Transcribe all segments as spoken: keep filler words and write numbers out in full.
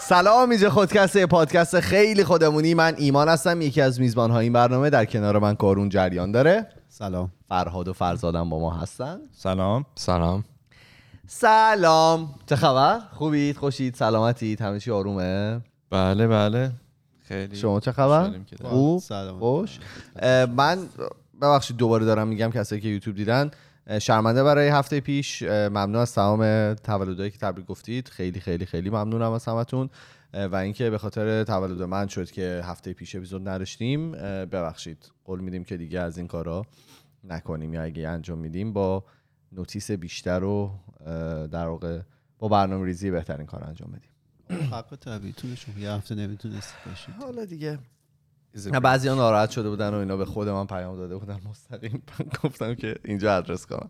سلام، اینجا خودکسته، پادکست خیلی خودمونی. من ایمان هستم، یکی از میزبان‌های این برنامه. در کنار من کارون جریان داره. سلام. فرهاد و فرزادم با ما هستن. سلام. سلام. سلام. چه خبر؟ خوبید؟ خوشید؟ سلامتید؟ همه چی آرومه؟ بله بله. خیلی. شما چه خبر؟ خوب؟ سلام. خوش. من ببخشید دوباره دارم میگم کسایی که یوتیوب دیدن، شرمنده برای هفته پیش. ممنون از تمام تولدایی که تبریک گفتید. خیلی خیلی خیلی ممنونم از همتون و اینکه به خاطر تولد من شد که هفته پیش اپیزود نداشتیم. ببخشید. قول میدیم که دیگه از این کارا نکنیم، یا اگه انجام میدیم با نوتیس بیشتر و در واقع با برنامه‌ریزی بهترین کار انجام بدیم. حق طبیعیتونه، شما یه هفته نمیتونستید باشید. حالا دیگه بعضیا ناراحت شده بودن و اینا به خود من پیام داده بودن مستقیم. گفتم که اینجا ادرس کنم.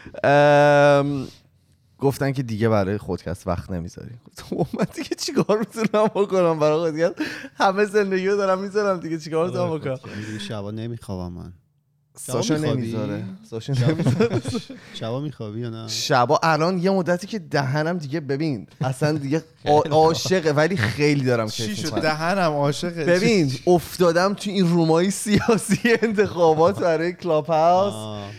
گفتن که دیگه برای خودکست وقت نمیذاری. گفتم من دیگه چیکار میتونم بکنم برای خودکست؟ همه زندگیو دارم میذارم دیگه، چیکار میتونم بکنم؟ شبا نمیخوابم من. ساشا نمیذاره. ساشا نمیذاره. شبا میخوابی یا نه؟ شبا الان یه مدتی که دهنم دیگه ببین اصلا دیگه عاشقه، ولی خیلی دارم کیف چی میکنم. شد دهنم عاشقه؟ ببین افتادم تو این رومای سیاسی انتخابات برای کلاب هاوس.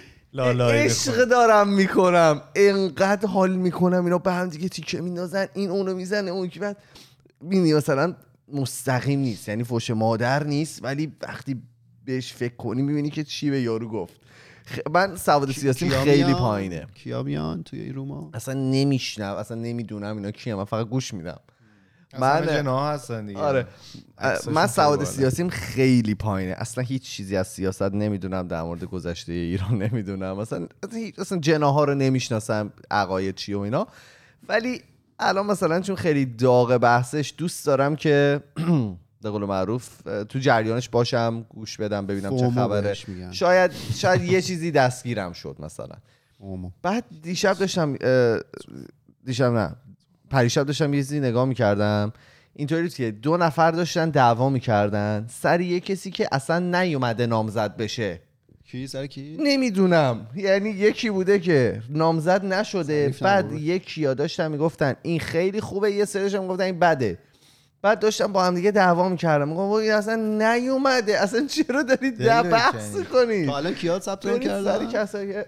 عشق دارم میکنم، انقدر حال میکنم اینا به هم دیگه تیکه میندازن، این اونو میزنه اون که بعد ببینی مثلا مستقیم نیست، یعنی فوش مادر نیست، ولی وقتی بهش فکر کنی میبینی که چی به یارو گفت. خ... من سواد سیاسی خیلی پایینه. کیا میان توی این روما؟ اصلا نمیشنم، اصلا نمیدونم اینا کیه، من فقط گوش میدم. من جناح هستن دیگه. آره من سواد سیاسیم خیلی پایینه، اصلا هیچ چیزی از سیاست نمیدونم، در مورد گذشته ایران نمیدونم، اصلا اصلا جناها رو نمیشناسم، عقاید چی و اینا. ولی الان مثلا چون خیلی داغ بحثش، دوست دارم که به قول معروف تو جریانش باشم، گوش بدم، ببینم چه خبره. شاید شاید یه چیزی دستگیرم شد مثلا. اومو. بعد دیشب داشتم دیشب نه پریشب داشتم یه چیزی نگاه میکردم، اینطوری که دو نفر داشتن دعوا میکردن سر یه کسی که اصلا نیومده نامزد بشه. کی سر کی؟ نمیدونم، یعنی یکی بوده که نامزد نشده، بعد یکی ها داشتن میگفتن این خیلی خوبه، یه سریش هم میگفتن این بده. بعد داشتم با هم دیگه دعوا میکردم، میگم این اصلا نیومده، اصلا چرا دارید بحث کنید؟ تا الان کیا ثبت نام کردن؟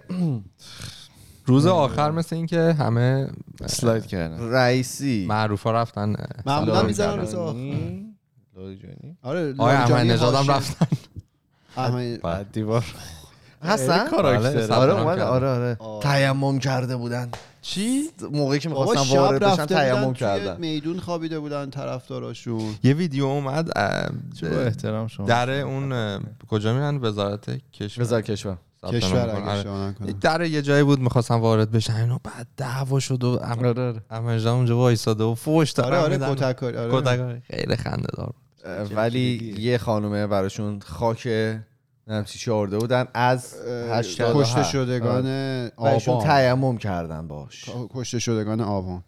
روز آخر مثل این که همه اسلاید کردن، رئیسی معروفا رفتن، معمولا میذارن روز آخر. آره آقای احمد نژادم رفتن. احمد بعد دیوار هستن؟ کاراکتر. آره اومد. آره آره تیمم کرده بودن. چی؟ موقعی که می‌خواستن وارد بشن تیمم کردن. میدون خوابیده بودن طرفداراشون. یه ویدیو اومد با احترام شما در اون کجا میرن، وزارت کشور وزارت کشور کشور اگه شما نکنه، در یه جایی بود می‌خواستن وارد بشن و بعد دعوا شد و احمد اونجا وایساده و فوش داد. آره آره کتککاری. آره خیلی خنده‌دار بود. ولی یه خانومه براشون خاک نمچی چی آورده بودن از کشته شدگان آبان، تیمم کردن باش کشته شدگان آبان.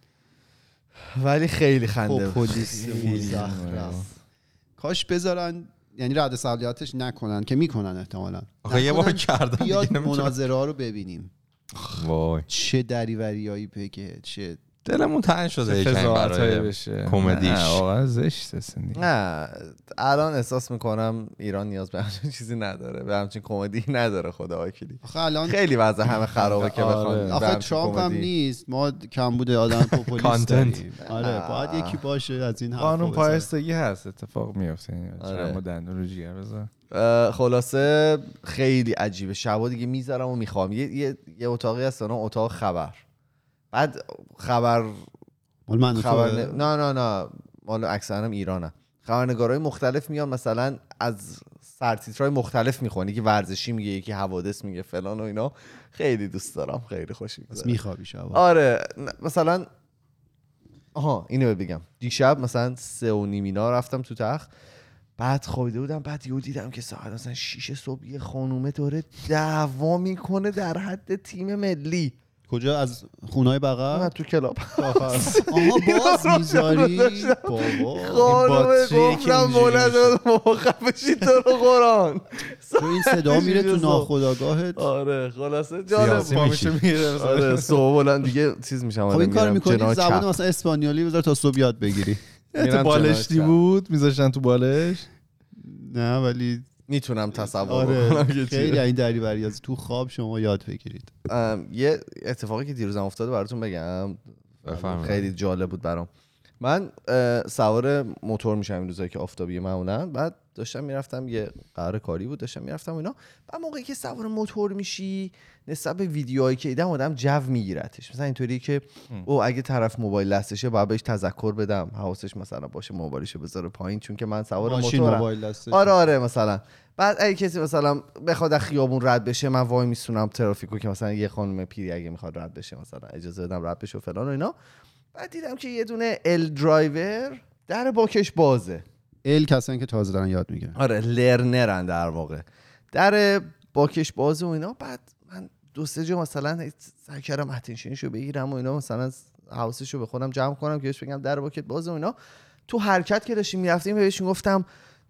ولی خیلی خنده پلیس مزخرف. کاش بذارن، یعنی رد صلاحیتش نکنن که میکنن احتمالاً. آخه یه بار کردن بیاد مناظره ها رو ببینیم. وای چه دریوریایی بگه، چه دلمون تنگ شده یکم برای کمدیش. نه واقعا زشته سندی. نه الان احساس میکنم ایران نیاز به همچین چیزی نداره، به همچین کمدی نداره. خدا وکیلی آخه الان خیلی وضع همه خرابه که بخوام. آخه ترامپ هم نیست، ما کم بوده آدم پوپولیست داریم. آره باید یکی باشه از این حرفا. قانون پایستگی هست، اتفاق میفته. چرا دندون رو جیگر بذار. خلاصه خیلی عجیبه. شبا دیگه میذارم و میخوام یه یه, یه اتاقی هست، اون اتاق خبر. بعد خبر مال من خبر ن... نه نه نه مال اکثرا هم ایرانه. خبرنگارای مختلف میان، مثلا از سرتیترهای مختلف میخونه، یکی ورزشی میگه، یکی حوادث میگه، فلان و اینا. خیلی دوست دارم، خیلی خوش میگذره. بس میخوابی شبا؟ آره مثلا آها اینو بگم، دیشب مثلا سه و نیم اینا رفتم تو تخت، بعد خوابیده بودم، بعد یهو دیدم که ساعت مثلا شیش صبح یه خانومه داره دعوا میکنه در حد تیم ملی. کجا؟ از خونه‌های بغل؟ نه تو کلاب. آها باز میذاری بابا. خانومه گفتم مولد موقفشی تو رو قرآن. تو این صدا میره تو ناخودآگاهت. آره خلاصه جالب میشه میره. آره صبح بلند دیگه چیز میشم. خب این کار میکنی زبان مثلا اسپانیولی بذار تا صبح یاد بگیری. تو بالشتی بود میذاشتن تو بالش. نه ولی میتونم تصور آره کنم که خیلی این دری بری از تو خواب شما یاد بگیرید. یه اتفاقی که دیروزم افتاده براتون بگم، خیلی جالب بود برام. من سوار موتور میشم این روزایی که آفتابیه معمولا، بعد داشتم میرفتم یه قرار کاری بود داشتم میرفتم اینا، بعد موقعی که سوار موتور میشی نسبت به ویدیوهایی که دیدم آدم جو میگیرتش، مثلا اینطوری که او اگه طرف موبایل دستشه باید بهش تذکر بدم حواسش مثلا باشه موبایلشو بذاره پایین چون که من سوار موتورم. آره آره مثلا بعد اگه کسی مثلا بخواد از خیابون رد بشه من وای میسونم ترافیکو که مثلا یه خانم پیری اگه میخواد رد بشه مثلا اجازه بدم رد بشه و فلان و اینا. بعد دیدم که یه دونه ال درایور در باکش بازه. ال کسایی که تازه دارن یاد میگیرن. آره لرنرن در واقع. در باکش بازه و اینا. بعد من دو سه جا مثلا سعی کردم اتنشنشو بگیرم و اینا، مثلا حواسشو به خودم جمع کنم که بهش بگم در باکت بازه و اینا. تو حرکت که داشتیم میرفتیم بهش گفتم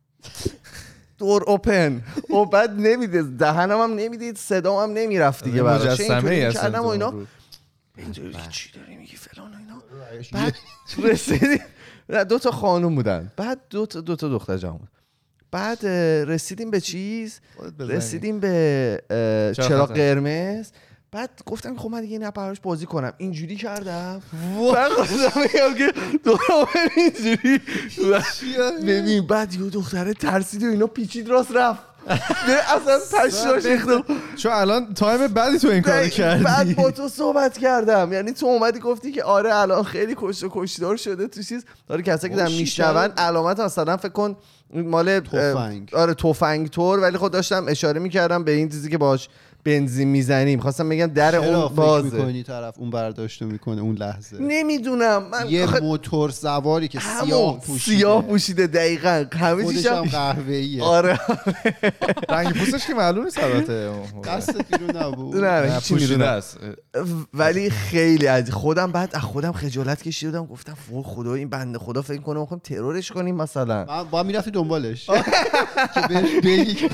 دور اوپن و بعد نمیده، دهنم هم نمیدید، صدام هم نمیرفت دیگه براش. اینطوری کردم و اینا. اینجوری چی داری میگی فلان و اینا. بعد رسیدیم دو تا خانوم بودن، بعد دو تا دو تا دختر جوان. بعد رسیدیم به چیز، رسیدیم به چراغ قرمز. بعد گفتم خب من دیگه این براش بازی کنم، اینجوری کردم. بعد گفتم میگم که دورم اینجوری ببین. بعد یه دختره ترسید و اینا پیچید راست رفت. اصلا پشماش ریختم چون الان تایم بعدی تو این کارو کردی. بعد با تو صحبت کردم، یعنی تو اومدی گفتی که آره الان خیلی کشت و کشتار شده تو چیز. داره کسایی که دارن میشنون علامت مثلا فکر کن مال تفنگ، آره تفنگ طور، ولی خود داشتم اشاره میکردم به این چیزی که باش بنزین میزنیم. خواستم بگم در اون بازه. میکنی طرف اون برداشتو میکنه اون لحظه. نمیدونم من یه آخه... موتور سواری که سیاه پوشیده سیاه پوشیده دقیقاً همه چیزم قهوه‌ایه. آره رنگ پوستش که معلوم نیست البته. قصد بیرون نبود. نه هیچ میدونه است. ولی خیلی عجیب. خودم بعد از خودم خجالت کشیدم، گفتم وای خدا این بنده خدا فکر کنه میخوایم ترورش کنیم مثلا. من با میرفتی دنبالش که بهش بگی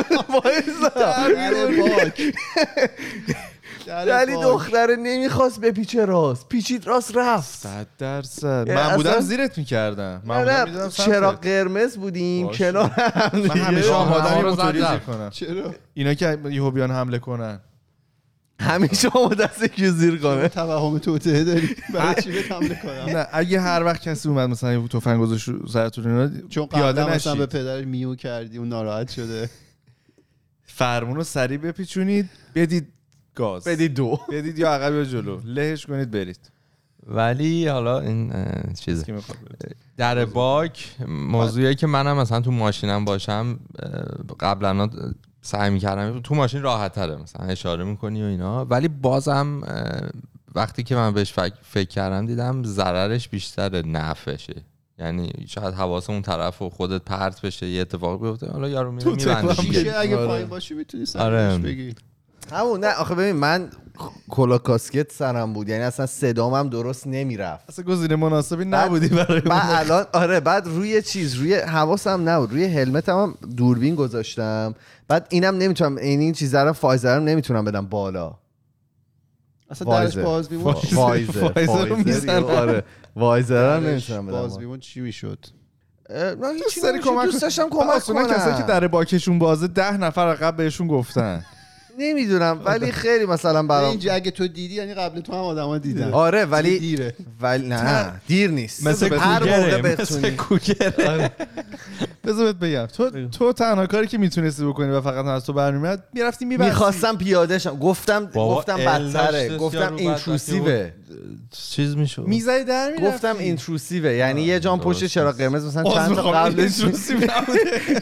ولی دختره نمیخواست بپیچه راست، پیچید راست رفت. صد درصد من بودم زیرت میکردم. من بودم چرا قرمز بودیم کنار هم. من همیشه آمادم یه موتوری کنم. چرا اینا که یهو بیان حمله کنن همیشه آماده است که زیر کنه. توهم توطئه داری برای چی بهت حمله کنم؟ نه اگه هر وقت کسی اومد مثلا یه تفنگ گذاشت سرتون اینا چون پیاده مثلا به پدرش میو کردی اون ناراحت شده، فرمون رو سریع بپیچونید، بدید گاز، بدید دو، بدید یا عقب یا جلو، لهش کنید برید. ولی حالا این چیز در باک موضوعی که منم مثلا تو ماشینم باشم قبلا سعی می‌کردم تو ماشین راحت تره مثلا اشاره می‌کنی و اینا، ولی بازم وقتی که من بهش فکر, فکر کردم دیدم ضررش بیشتره نفعشه. یعنی شاید حواس اون طرف و خودت پرت بشه یه اتفاق بیفته، حالا یارو میره میبنده اگه پایین باشی میتونی سرش بگی همون. نه آخه ببین من کلا کاسکت سرم بود، یعنی اصلا صدامم درست نمیرفت، اصلا گزینه مناسبی نبودی برای من الان. آره بعد روی چیز روی حواسم نبود، روی هلمتم هم دوربین گذاشتم، بعد اینم نمیتونم این این چیزا رو فایزرم نمیتونم بدم بالا، اصلا درش باز بیمون وایزر وایزر آره وایزر هم نمیتونم بدم باز بیمون چی میشد؟ نه هیچ سری کمک دوست داشتم کمک کنم. کسایی که در باکشون بازه ده نفر عقب بهشون گفتن نمیدونم ولی خیلی مثلا برام اینجا اگه تو دیدی یعنی قبل تو هم آدما دیدن. آره ولی دیره. ولی نه دیر نیست، مثل هر موقع بتونی. کوکر بذار بهت بگم تو تو تنها کاری که میتونستی بکنی و فقط از تو برمیاد میرفتی میبستی. میخواستم پیاده شم، گفتم گفتم بدتره، گفتم اینتروسیوه چیز میشه میزای در میرفتی، گفتم اینتروسیوه، یعنی یه جام پشت چراغ قرمز مثلا چند تا قبلش اینتروسیو نبوده.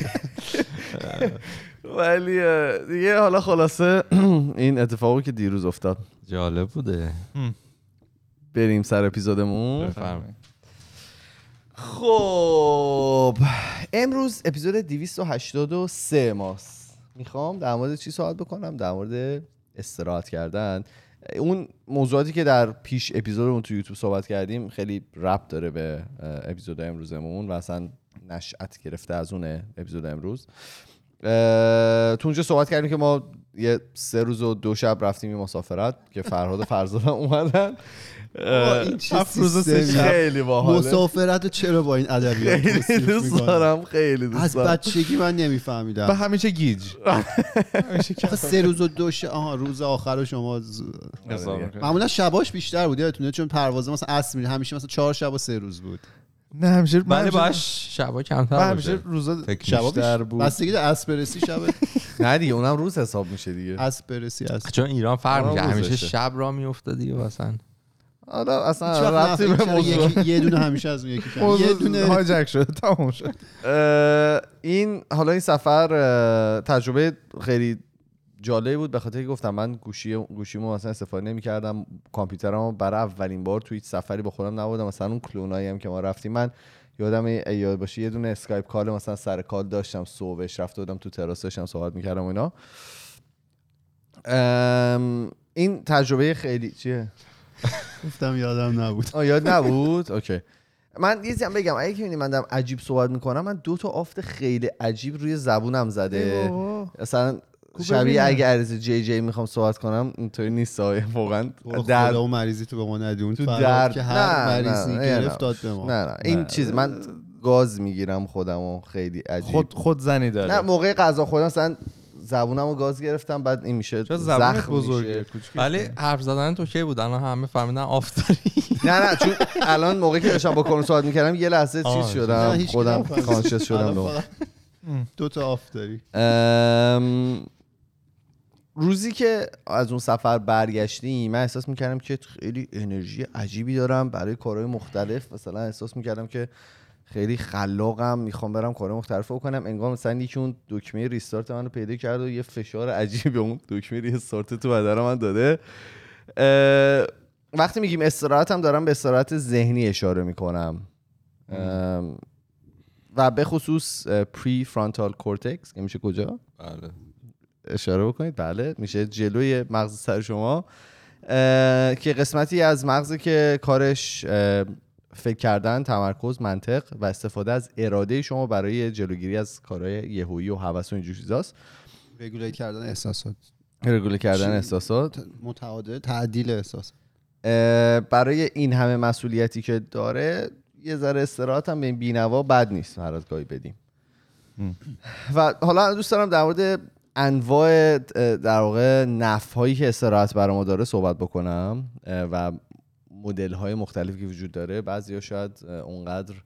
ولی دیگه حالا خلاصه این اتفاقی که دیروز افتاد جالب بوده. بریم سر اپیزودمون. بفرمایید. خب امروز اپیزود دویست و هشتاد و سه ماست. میخوام در مورد چی صحبت بکنم؟ در مورد استراحت کردن. اون موضوعاتی که در پیش اپیزودمون تو یوتیوب صحبت کردیم خیلی ربط داره به اپیزود امروزمون و اصلا نشأت گرفته از اون اپیزود امروز. تو اونجا صحبت کردیم که ما یه سه روز و دو شب رفتیم این مسافرت که فرهاد فرزاد هم اومدن. این هفت روز و سه شب خیلی باحاله. مسافرت چرا با این ادبیات خیلی دوست دارم، خیلی دوست از دارم. بچگی من نمیفهمیدم. و همیشه گیج. آخه سه روز و دو شب، آها روز آخر شما ز... معمولا شباش بیشتر بود یادتونه، چون پرواز مثلا اصل میره همیشه مثلا چهار شب و سه روز بود. نه همیشه ولی باش شبا کمتر باشه. همیشه روزا شبا بیشتر بود. بستگی به اصل برسی شب. نه دیگه اونم روز حساب میشه دیگه. اصل برسی اصل. چون ایران فرق می‌کنه، همیشه روزشه. شب را میافتاد دیگه مثلا. حالا هیچ اصلا وقت ربطی به نفهمیدم چرا موضوع یکی یه دونه همیشه از اون یکی کم. یه یه دونه هایجک شده تموم شد. اه، این حالا این سفر اه، تجربه خیلی جالبی بود، به خاطر که گفتم من گوشی گوشیمو مثلا استفاده نمی‌کردم، کامپیوترمو برای اولین بار تو هیچ سفری با خودم نبردم. مثلا اون کلونایی هم که ما رفتیم، من یادم یاد باشه یه دونه اسکایپ کال مثلا سر کال داشتم، صبحش رفته بودم تو تراس داشتم صحبت می‌کردم و اینا. این تجربه خیلی چیه؟ گفتم یادم نبود. آه یاد نبود. اوکی. من یه چیزی هم بگم، اگه که من دارم عجیب صحبت میکنم، من دو تا آفت خیلی عجیب روی زبونم زده. مثلا شبیه اگه عرض جی جی میخوام صحبت کنم اینطوری نیست واقعا. در خدا و مریضی تو به ما ندیون تو فراد درد که هر نه، مریضی نه، گرفت نه، داد به ما. نه نه این چیز من گاز میگیرم خودمو خیلی عجیب. خود خود زنی داره. نه موقع غذا خوردن مثلا زبونمو گاز گرفتم، بعد این میشه زخم بزرگه. ولی حرف زدن تو کی بود؟ الان همه فهمیدن آفتاری. نه نه چون الان موقعی که داشتم با کارون صحبت میکردم یه لحظه چیز شدم، خودم کانشس شدم. دو تا آف داری. روزی که از اون سفر برگشتیم من احساس میکردم که خیلی انرژی عجیبی دارم برای کارهای مختلف. مثلا احساس میکردم که خیلی خلاقم، میخوام برم کارهای مختلف بکنم. انگار مثلا یکی اون دکمه ریستارت منو پیدا کرد و یه فشار عجیبی اون دکمه ریستارت تو بدن من داده. وقتی میگیم استراحت هم دارم به استراحت ذهنی اشاره میکنم و به خصوص پری فرانتال کورتکس که میشه کجا؟ بله اشاره بکنید. بله میشه جلوی مغز سر شما که قسمتی از مغزی که کارش فکر کردن، تمرکز، منطق و استفاده از اراده شما برای جلوگیری از کارهای یهویی و هوس و اینجور چیزاست. رگولیت کردن احساسات، رگولیت کردن احساسات، متعادل تعدیل احساس. برای این همه مسئولیتی که داره یه ذره استراحت هم به این بی‌نوا بد نیست هر از گاهی بدیم. و حالا دوست دارم در مورد انواع در واقع نفع‌هایی که استراحت برای ما داره صحبت بکنم و مدل‌های مختلفی که وجود داره. بعضیا شاید اونقدر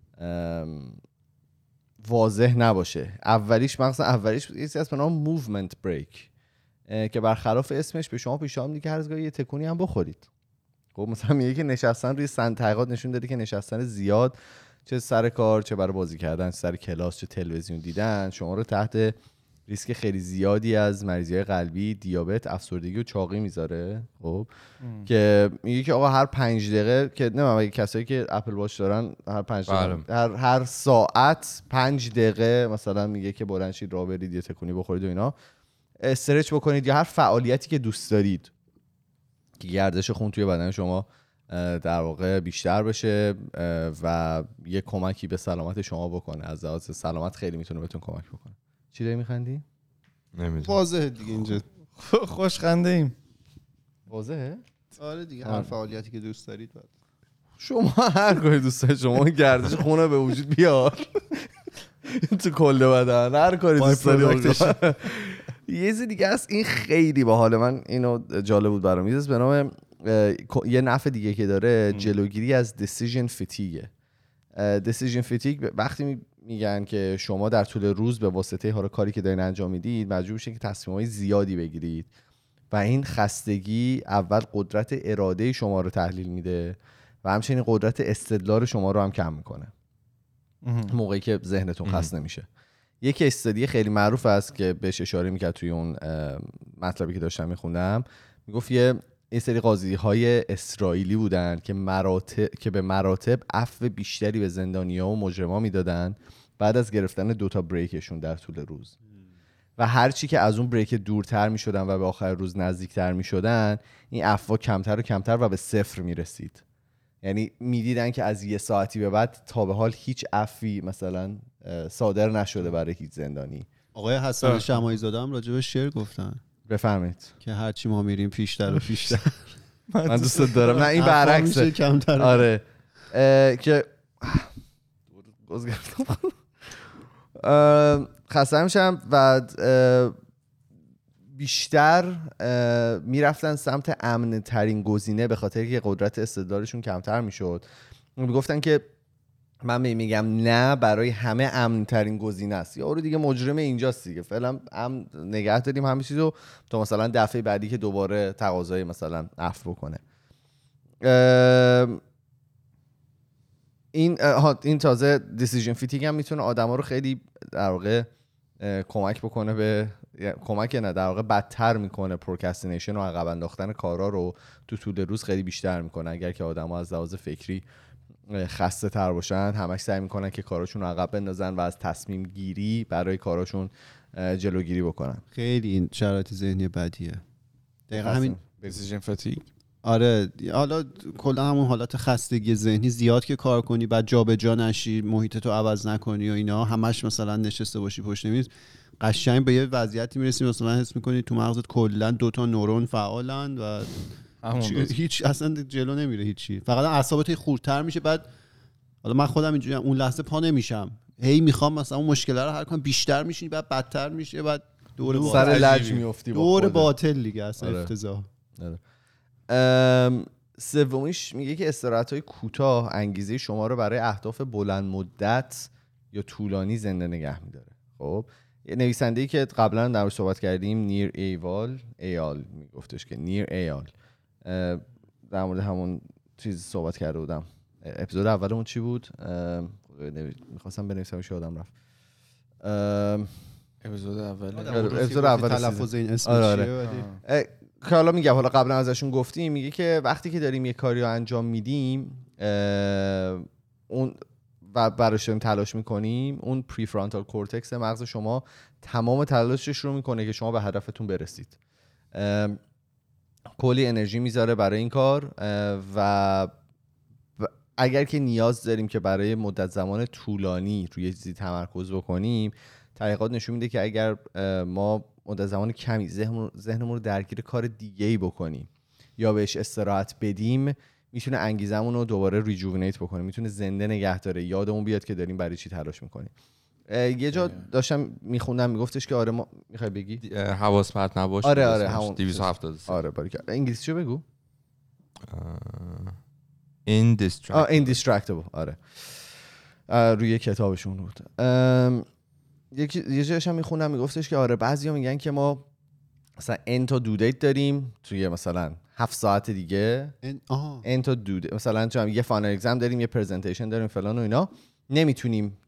واضح نباشه. اولیش مثلا اولیش یه چیزی هست به نام موومنت بریک که برخلاف اسمش به شما پیشنهاد میده که هر از گاهی یه تکونی هم بخورید. خب مثلا میگه که نشستن روی سن تحقیقات نشون داده که نشستن زیاد چه سر کار، چه برای بازی کردن، چه سر کلاس، چه تلویزیون دیدن، شما رو تحت ریسک خیلی زیادی از مریضی‌های قلبی، دیابت، افسردگی و چاقی میذاره. خب که میگه که آقا هر پنج دقیقه که نمیدونم اگه کسایی که اپل واچ دارن هر پنج دقیقه هر هر ساعت پنج دقیقه مثلا میگه که بلند شید راه برید یه تکونی بخورید و اینا، استرچ بکنید یا هر فعالیتی که دوست دارید که گردش خون توی بدن شما در واقع بیشتر بشه و یه کمکی به سلامت شما بکنه. از لحاظ سلامت خیلی میتونه بهتون کمک بکنه. چی داری میخندی؟ نمیدونم. واضحه دیگه اینجا. خوش خنده ایم. واضحه؟ آره دیگه هر فعالیتی که دوست دارید بعد. شما هر کاری دوست دارید، شما گردش خونه به وجود بیار تو کل بدن، هر کاری دوست دارید. یه چیز دیگه است این خیلی باحال، من اینو جالب بود برام. میذارم به نام یه نفع دیگه که داره جلوگیری از decision fatigue. decision fatigue وقتی میگن که شما در طول روز به واسطه حالا کاری که دارین انجام میدید مجبور میشین که تصمیم‌های زیادی بگیرید و این خستگی اول قدرت اراده شما رو تحلیل میده و همچنین قدرت استدلال شما رو هم کم میکنه موقعی که ذهنتون خسته نمیشه. یکی استادی خیلی معروف است که بهش اشاره میکرد توی اون مطلبی که داشتم میخوندم، میگفت یه این سری قاضی‌های اسرائیلی بودن که مراتب که به مراتب عفو بیشتری به زندانی‌ها و مجرما میدادن بعد از گرفتن دوتا بریکشون در طول روز و هر چی که از اون بریک دورتر میشدن و به آخر روز نزدیکتر میشدن این عفو کمتر و کمتر و به صفر میرسید. یعنی میدیدن که از یه ساعتی به بعد تا به حال هیچ عفوی مثلا صادر نشده برای هیچ زندانی. آقای حسن شماعی زاده هم راجع به شعر گفتن. بفرمایید. که هرچی ما میریم پیشتر و پیشتر. من دوست دارم. نه این برعکسه. آره که خسته میشم و بیشتر میرفتن سمت امن ترین گزینه به خاطر که قدرت استدلالشون کمتر میشد. میگفتن که من میگم نه برای همه امن ترین گزینه است، یا رو دیگه مجرم اینجاست دیگه، فعلا امن نگه داریم همه چیزو تا مثلا دفعه بعدی که دوباره تقاضای مثلا عفو بکنه. این این تازه دیسیژن فیتینگ هم میتونه آدما رو خیلی در واقع کمک بکنه به کمک نه در واقع بدتر میکنه، پروکرستینیشن و عقب انداختن کارا رو تو طول روز خیلی بیشتر میکنه. اگر که آدما از لحاظ فکری خسته تر باشن، همش سعی میکنن که کاراشون رو عقب بندازن و از تصمیم گیری برای کاراشون جلوگیری بکنن. خیلی این شرایط ذهنی بدیه. دقیقاً همین دیسیژن فتیگ. آره حالا کلا همون حالت خستگی ذهنی زیاد که کار کنی بعد جابجا نشی، محیط تو عوض نکنی و اینا، همش مثلا نشسته باشی پشت میز، قشنگ به یه وضعیتی میرسی مثلا حس میکنی تو مغزت کلا دو تا نورون فعالن و هیچ اصلا جلو نمیره هیچی، فقط اعصابت خردتر میشه. بعد حالا من خودم اینجوریام، اون لحظه پا نمیشم، هی میخوام مثلا اون مشکل رو حل کنم، بیشتر میشین بعد بدتر میشه، بعد دور سر لج میافتی، دور باطل دیگه اصلا. آره. افتضاح. آره. سومیش میگه که استراحت‌های کوتاه انگیزه شما رو برای اهداف بلند مدت یا طولانی زنده نگه میداره. خب نویسنده‌ای که قبلا درش صحبت کردیم، نیر ایوال ایال میگفتش که نیر ایال در مورد همون چیز صحبت کرده بودم. اپیزود اولمون چی بود؟ میخواستم بنویسمش یادم رفت. اپیزود اول اپیزود اول تلفظ این اسمش چیه؟ که حالا میگم، حالا قبلا ازشون گفتیم، میگه که وقتی که داریم یه کاری رو انجام میدیم اون و براش داریم تلاش میکنیم، اون پری فرانتال کورتکس مغز شما تمام تلاشش رو میکنه که شما به هدفتون برسید. کلی انرژی میذاره برای این کار و اگر که نیاز داریم که برای مدت زمان طولانی روی چیزی تمرکز بکنیم، تحقیقات نشون میده که اگر ما مدت زمان کمی ذهنمون رو درگیر کار دیگه‌ای بکنیم یا بهش استراحت بدیم، میتونه انگیزمون رو دوباره ریجوونیت بکنه، میتونه زنده نگه داره، یادمون بیاد که داریم برای چی تلاش میکنیم. یه جا داشتم میخوندم میگفتش که آره ما میخوای بگی حواس پرت نباش. آره آره همون دویست و هفتاد و سه. آره باریکلا. انگلیسیشو بگو. Indistractable. Indistractable. آره روی کتابشون بود. یکی یه جاش هم میخوندم میگفتش که آره بعضیا میگن که ما مثلا ان تا دو دیت داریم توی مثلا هفت ساعت دیگه، ان تا دو دیت، مثلا چون یه فاینال اگزم داریم، یه پرزنتیشن داریم فلان و اینا، نمیتونیم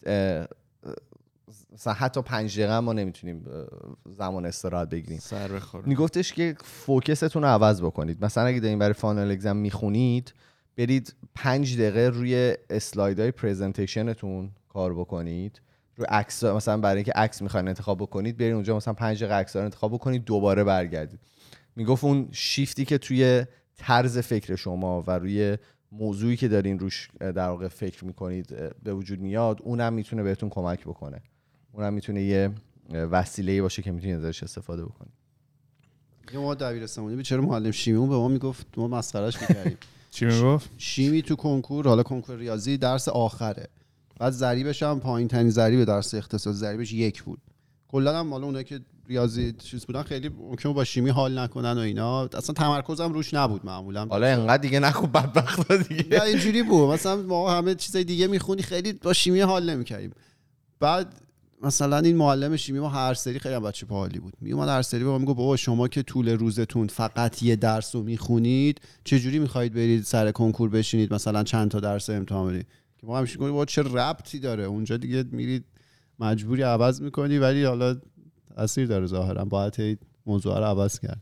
مثلا حتی پنج دقیقه ما نمیتونیم زمان استراحت بگیریم، سر بخوره. میگفتش که فوکستون رو عوض بکنید. مثلا اگه دارین برای فاینال اگزم میخونید، برید پنج دقیقه روی اسلایدهای پرزنتیشنتون کار بکنید، رو عکس، مثلا برای اینکه عکس میخواین انتخاب بکنید برید اونجا مثلا پنج دقیقه عکس رو انتخاب بکنید، دوباره برگردید. میگفت اون شیفتی که توی طرز فکر شما و روی موضوعی که دارین روش در واقع فکر میکنید به وجود میاد، اونم میتونه بهتون کمک بکنه، اونم میتونه یه وسیله‌ای باشه که میتونید ازش استفاده بکنید. یه ما دبیرستانی بیچاره معلم شیمیمون به ما میگفت، ما مسخرهش میکردیم. چی میگفت؟ شیمی تو کنکور، حالا کنکور ریاضی درس آخره، بعد ضریبش هم پایین ترین ضریب درس اقتصاد، ضریبش یک بود. کلا هم مال اونایی که ریاضی چیز بودن خیلی ممکنه با شیمی حال نکنن و اینا، اصلا تمرکزم روش نبود معمولا. حالا انقدر دیگه نخوب بدبختا دیگه. یا اینجوری بود مثلا ما همه چیزای دیگه میخونی، خیلی با شیمی حال نمیکردیم. بعد مثلا این معلم شیمی ما هر سری خیلی هم بچه باحالی بود، میومد هر سری به ما میگه بابا شما که طول روزتون فقط یه درس رو میخونید، چه جوری میخواید برید سر کنکور بشینید مثلا چند تا درس امتحان بدید؟ که ما همیشه میگیم بابا چه ربطی داره، اونجا دیگه میرید مجبوری عوض میکنی، ولی حالا تاثیر داره ظاهرا، باید موضوع رو عوض کرد.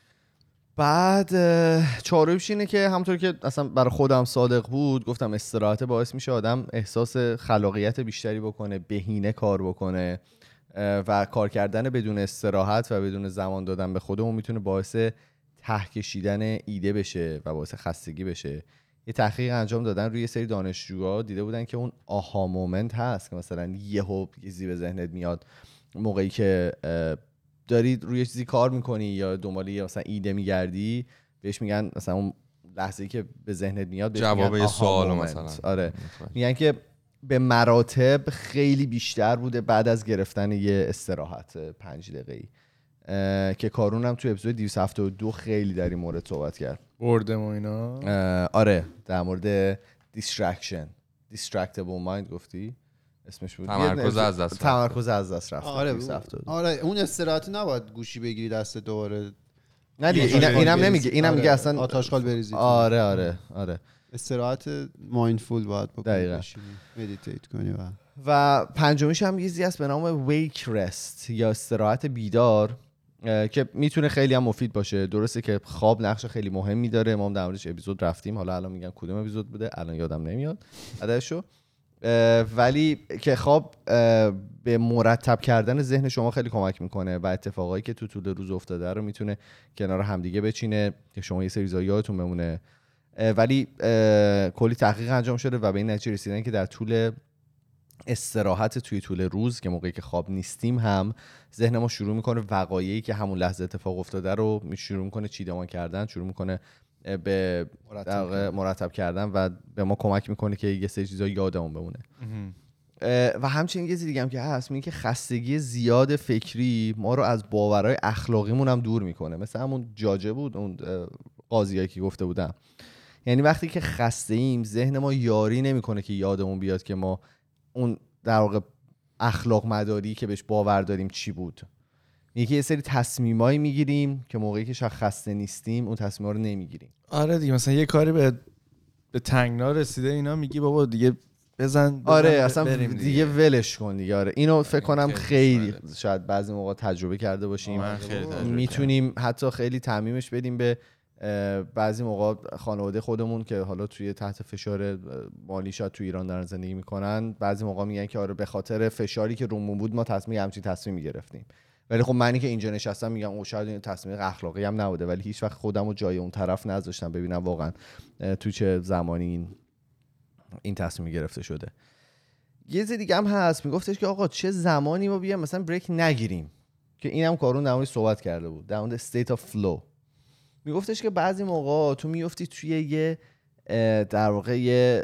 بعد چهارمیش اینه که همونطور که اصلا برای خودم صادق بود، گفتم استراحت باعث میشه آدم احساس خلاقیت بیشتری بکنه، بهینه کار بکنه و کار کردن بدون استراحت و بدون زمان دادن به خودمون میتونه باعث ته کشیدن ایده بشه و باعث خستگی بشه. یه تحقیق انجام دادن روی سری دانشجوها، دیده بودن که اون آها مومنت هست که مثلا یهو چیزی به ذهنت میاد موقعی که داری روی چیزی کار میکنی یا دنبال یه مثلا ایده میگردی، بهش میگن مثلا اون لحظه‌ای که به ذهنت میاد جواب یه سوال مثلا. آره میگن که به مراتب خیلی بیشتر بوده بعد از گرفتن یه استراحت پنج دقیقه‌ای که کارون هم تو اپیزود دویست و هفتاد و دو خیلی در این مورد صحبت کرد. بردم و اینا. آره در مورد distraction distractible mind گفتی اسمش بود، تمرکز از دست رفت. تمرکز از دست رفت. آره آره اون استراحت نباید گوشی بگیری دست دوباره. نه دیگه اینم اینم نمیگه، اینم میگه اصلا آتشخال بریزی. آره آره آره استراحت مایندفول باید بکنی، مدیتیت کنی. و و پنجمیش هم چیزی هست به نام ویک رست یا استراحت بیدار که میتونه خیلی هم مفید باشه. درسته که خواب نقش خیلی مهمی داره، ما هم در موردش اپیزود رفتیم، حالا الان میگم کدوم اپیزود بوده الان یادم نمیاد عددشو، ولی که خواب به مرتب کردن ذهن شما خیلی کمک میکنه و اتفاقایی که تو طول روز افتاده رو میتونه کنار همدیگه بچینه که شما یه سری چیزا یادتون بمونه. ولی کلی تحقیق انجام شده و به این نتیجه رسیدن که در طول استراحت توی طول روز که موقعی که خواب نیستیم هم ذهن ما شروع میکنه وقایعی که همون لحظه اتفاق افتاده رو شروع میکنه چیدمان کردن، شروع میکنه به مرتب, مرتب کردن و به ما کمک میکنه که یه سری چیزا یادمون بمونه. و همچنین یه چیز دیگه هم که هست میگه که خستگی زیاد فکری ما رو از باورهای اخلاقیمون هم دور میکنه. مثل همون جاجه بود اون قاضیایی که گفته بودم، یعنی وقتی که خسته ایم ذهن ما یاری نمیکنه که یادمون بیاد که ما اون در واقع اخلاق مداری که بهش باور داریم چی بود. میگه یه سری تصمیمایی میگیریم که موقعی که شاید خسته نیستیم اون تصمیما رو نمیگیریم. آره دیگه مثلا یه کاری به به تنگنا رسیده اینا میگی بابا دیگه بزن, بزن آره اصلا دیگه, دیگه ولش کن دیگه. آره اینو فکر کنم خیلی شاید بعضی موقع تجربه کرده باشیم، میتونیم حتی خیلی تعمیمش بدیم به بعضی موقع خانواده خودمون که حالا توی تحت فشار مالی شاید تو ایران دارن زندگی میکنن، بعضی موقع میگن که آره به خاطر فشاری که رومون بود ما تصمیم همچین تصمیمی گرفتیم. ولی خب منی که اینجا نشستم میگم او شاید این تصمیم اخلاقی هم نبوده، ولی هیچ وقت خودمو جای اون طرف نذاشتم ببینم واقعا تو چه زمانی این این تصمیم گرفته شده. یه چیز دیگه هم هست، میگفتش که آقا چه زمانی ما بیام مثلا بریک نگیریم، که اینم کارون در موردش صحبت کرده بود در مورد state of flow. میگفتش که بعضی موقع تو میفتی توی یه در واقع یه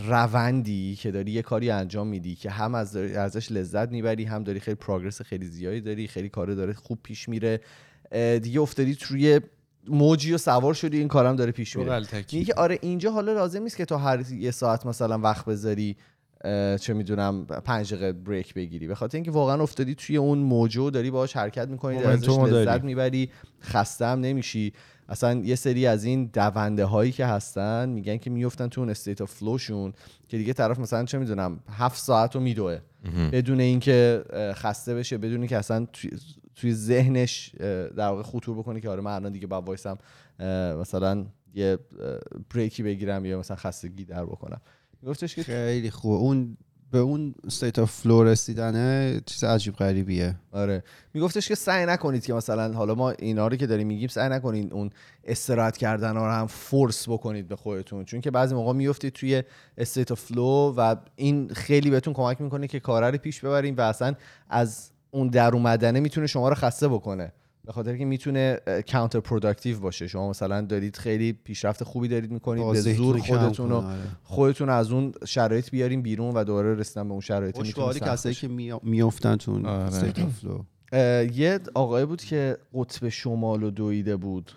روندی که داری یه کاری انجام میدی که هم از ازش لذت میبری، هم داری خیلی پروگرس خیلی زیادی داری، خیلی کار داره خوب پیش میره، دیگه افتادی توی موجی و سوار شدی این کارم داره پیش میره. میگه آره اینجا حالا لازم نیست که تو هر یه ساعت مثلا وقت بذاری چه میدونم پنج دقیقه بریک بگیری، به خاطر اینکه واقعا افتادی توی اون موجو داری باهاش حرکت میکنی، ازش لذت میبری، خسته هم نمیشی. اصلا یه سری از این دونده هایی که هستن میگن که میافتن تو اون استیت اف فلو شون که دیگه طرف مثلا چه میدونم هفت ساعت رو میدوه بدون اینکه خسته بشه، بدون اینکه اصلا توی, توی ذهنش در واقع خطور بکنه که آره من الان دیگه باید وایسم مثلا یه بریکی بگیرم یا مثلا خستگی در بکنم. میگفتش که خیلی خوب اون به اون استیت اف فلو رسیدنه چیز عجیب غریبیه. آره میگفتش که سعی نکنید که مثلا حالا ما اینا رو که داریم میگیم سعی نکنید اون استراحت کردن رو هم فورس بکنید به خودتون، چون که بعضی موقع میافتید توی استیت اف فلو و این خیلی بهتون کمک میکنه که کارا رو پیش ببرین و اصلا از اون در اومدنه میتونه شما رو خسته بکنه، به خاطر که میتونه کانتر پروداکتیو باشه. شما مثلا دارید خیلی پیشرفت خوبی دارید میکنید، به زور خودتون رو خودتون از اون شرایط بیارین بیرون و دوباره رسیدن به اون شرایط میتونه سخت کسایی که میافتن تو استیت اف فلو. یه آقای بود که قطب شمال رو دویده بود،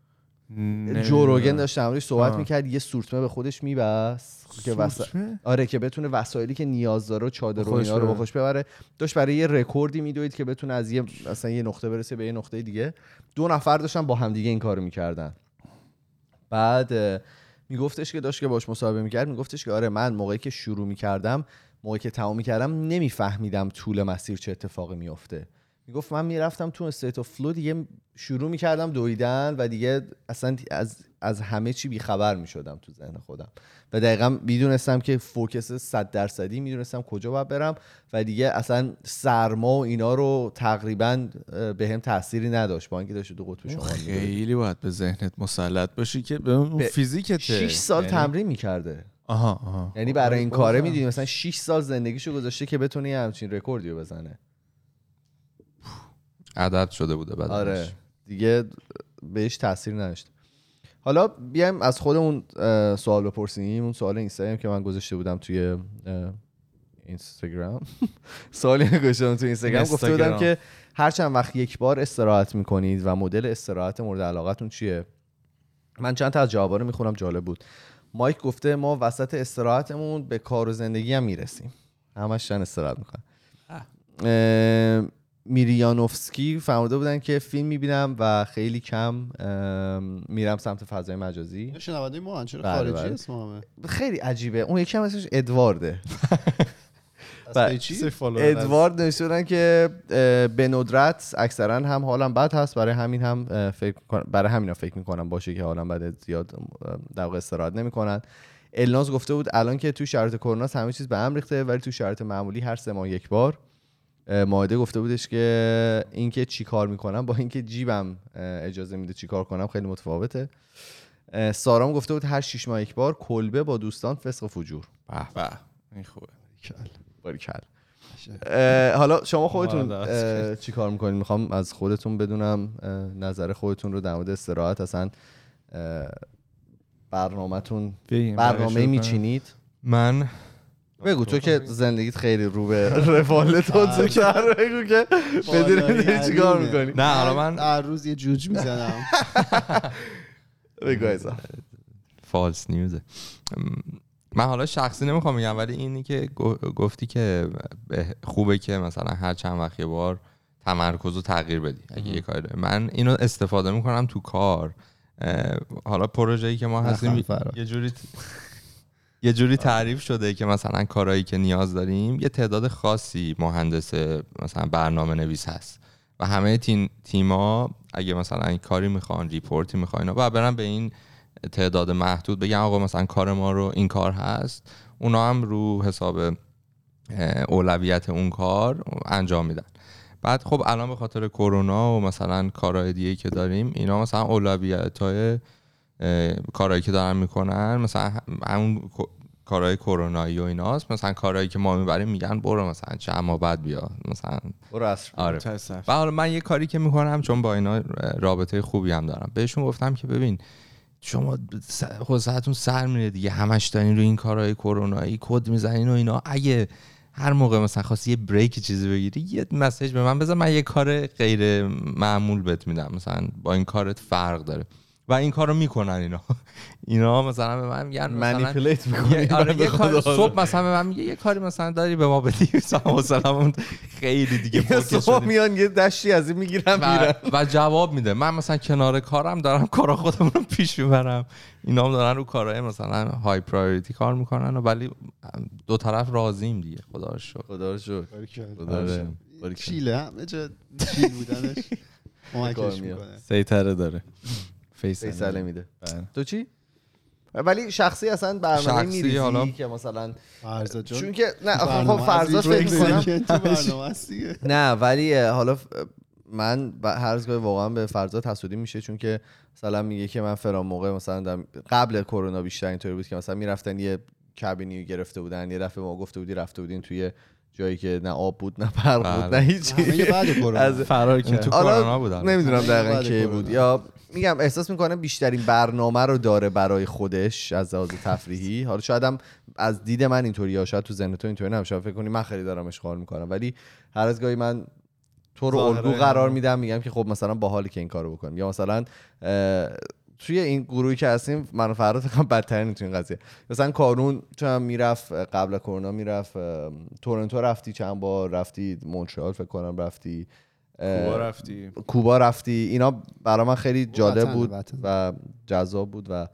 جوروگن داشت امروز صحبت میکرد، یه سورتمه به خودش میبست که وس... آره که بتونه وسایلی که نیاز داره چادر و اینا رو با خودش ببره. داشت برای یه رکوردی میدوید که بتونه از یه مثلا یه نقطه برسه به یه نقطه دیگه. دو نفر داشتن با هم دیگه این کارو میکردن. بعد میگفتش که داشت که باش مصاحبه میکرد، میگفتش که آره من موقعی که شروع میکردم موقعی که تمام میکردم نمیفهمیدم طول مسیر چه اتفاقی میفته. میگفت من میرفتم تو استیت اف فلو دیگه شروع میکردم دویدن و دیگه اصلا از از همه چی بیخبر میشدم تو ذهن خودم و دقیقاً میدونستم که فوکس صد درصدی میدونستم کجا باید برم و دیگه اصلا سرما و اینا رو تقریبا به هم تأثیری نداشت با اینکه داشت دو قطب شمال. خیلی باید به ذهنت مسلط باشی که به اون فیزیکته. شش سال یعنی... تمرین میکرده. آها آها. یعنی برای این کاره میدونی مثلا شش سال زندگیشو گذاشته که بتونه همچین رکوردیو بزنه. عادت شده بوده بدنش. آره دیگه بهش تاثیر نداشت. حالا بیایم از خودمون سوال بپرسیم. اون سوال اینستاگرام که من گذاشته بودم توی اینستاگرام سوالی گذاشته بودم توی اینستاگرام گفته بودم که هر چند وقت یک بار استراحت میکنید و مدل استراحت مورد علاقتون چیه؟ من چند تا از جوابا رو میخونم، جالب بود. مایک گفته ما وسط استراحتمون به کار و زندگی هم میرسیم، همش دارن استراحت میکنن. میریانوفسکی فرموده بودن که فیلم میبینم و خیلی کم میرم سمت فضای مجازی. شنونده ما چرا خارجی اسمه؟ خیلی عجیبه. اون یکی هم اسمش ادوارده. چی؟ ادوارد نوشته بودن که به ندرت اکثرا هم حالم بد هست، برای همین هم فکر برای همینا فکر میکنم باشه که حالم بد، زیاد در واقع استراحت نمیکنن. الناز گفته بود الان که تو شرایط کرونا همه چیز به هم ریخته، ولی تو شرایط معمولی هر سه ماه یک بار. ماهده گفته بودش که اینکه چی کار میکنم با اینکه جیبم اجازه میده چی کار کنم خیلی متفاوته. سارام گفته بود هر شش ماه یک بار کلبه با دوستان فسق و فجور. به به این خوبه. باریکل. حالا شما خودتون چی کار میکنید؟ میخوام از خودتون بدونم نظر خودتون رو در مورد استراحت. اصلا برنامه‌تون برنامه میچینید؟ من بگو تو که زندگیت خیلی رو به روال تو زودتر بگو که بدونیم چی کار میکنی. نه حالا من هر روز یه جوج میزنم. بگو ایزا. فالس نیوزه. من حالا شخصی نمیخوام بگم، ولی اینی که گفتی که خوبه که مثلا هر چند وقت یه بار تمرکز رو تغییر بدی اگه یه کاری داری. من اینو استفاده میکنم تو کار. حالا پروژه‌ای که ما هستیم یه جوری یه جوری تعریف شده که مثلا کارهایی که نیاز داریم یه تعداد خاصی مهندس مثلا برنامه نویس هست و همه تیم تیما اگه مثلا این کاری میخوان، ریپورتی میخوان و برن به این تعداد محدود بگن آقا مثلا کار ما رو این کار هست، اونا هم رو حساب اولویت اون کار انجام میدن. بعد خب الان به خاطر کرونا و مثلا کارهای دیگه که داریم اینا مثلا اولویت‌های کارهایی که دارن میکنن مثلا همون کارهای کرونایی و ایناست، مثلا کارهایی که ما میبریم میگن برو مثلا چند ماه بعد بیا مثلا برو اصر. آره. و حالا من یه کاری که میکنم چون با اینا رابطه خوبی هم دارم، بهشون گفتم که ببین شما خودتون سر میره دیگه، همش دارین رو این کارهای کرونایی کد میزنین و اینا، اگه هر موقع مثلا خواستی یه بریک چیزی بگیری یه مسیج به من بزن، من یه کار غیر معمول بهت میدم، مثلا با این کارت فرق داره. و این کارو میکنن اینا. اینا مثلا به من میگن مانیپولیت میکنن. آره یه کار صبح مثلا به من میگه یه کاری مثلا داری به ما بدی، مثلا خیلی دیگه فوکس شدیم میان یه دشتی از این میگیرن میرن و جواب میده. من مثلا کنار کارم دارم کارا خودمون رو پیش میبرم، اینا هم دارن رو کارهای مثلا های پرایوریتی کار میکنن ولی دو طرف راضیم دیگه. خدا رو شکر. خدا رو شکر. خدا رو شکر. چیله همه جا چیل بودنش کمکش میکنه. سیطره داره. فیصله میده. تو چی؟ ولی شخصی اصلا برنامه میریزی حالا... که مثلا فرزاد جان چون که نه خب فرزاد فکر میکنم نه ولی حالا من هر روز واقعا به فرزاد حسودی میشه، چون که مثلا میگه که من فلان موقع مثلا قبل کرونا بیشتر اینطوری بود که مثلا میرفتن یه کابینی گرفته بودن، یه دفعه ما گفته بودی رفته بودین توی جایی که نه آب بود نه برق بود نه هیچی، از فرار کرد. تو کرونا بودن نمیدونم دقیقاً کی بود. یا میگم احساس میکنم بیشترین برنامه رو داره برای خودش از لحاظ تفریحی. حالا شاید هم از دید من اینطوری یا شاید تو ذهن تو اینطوری نباشه، فکر کنی من خیلی دارم اشغال میکنم، ولی هر از گاهی من تو رو الگو قرار میدم، میگم که خب مثلا باحالی که این کارو بکنیم. یا مثلا توی این گروهی که هستیم من و فراد فکر کنم بدترین تو این قضیه. مثلا کارون تو هم میرفت قبل کرونا میرفت تورنتو، رفتی چند بار، رفتی مونترال فکر کنم، رفتی کوبا رفتی کوبا رفتی اینا برای من خیلی جالب بود وطن. و جذاب بود و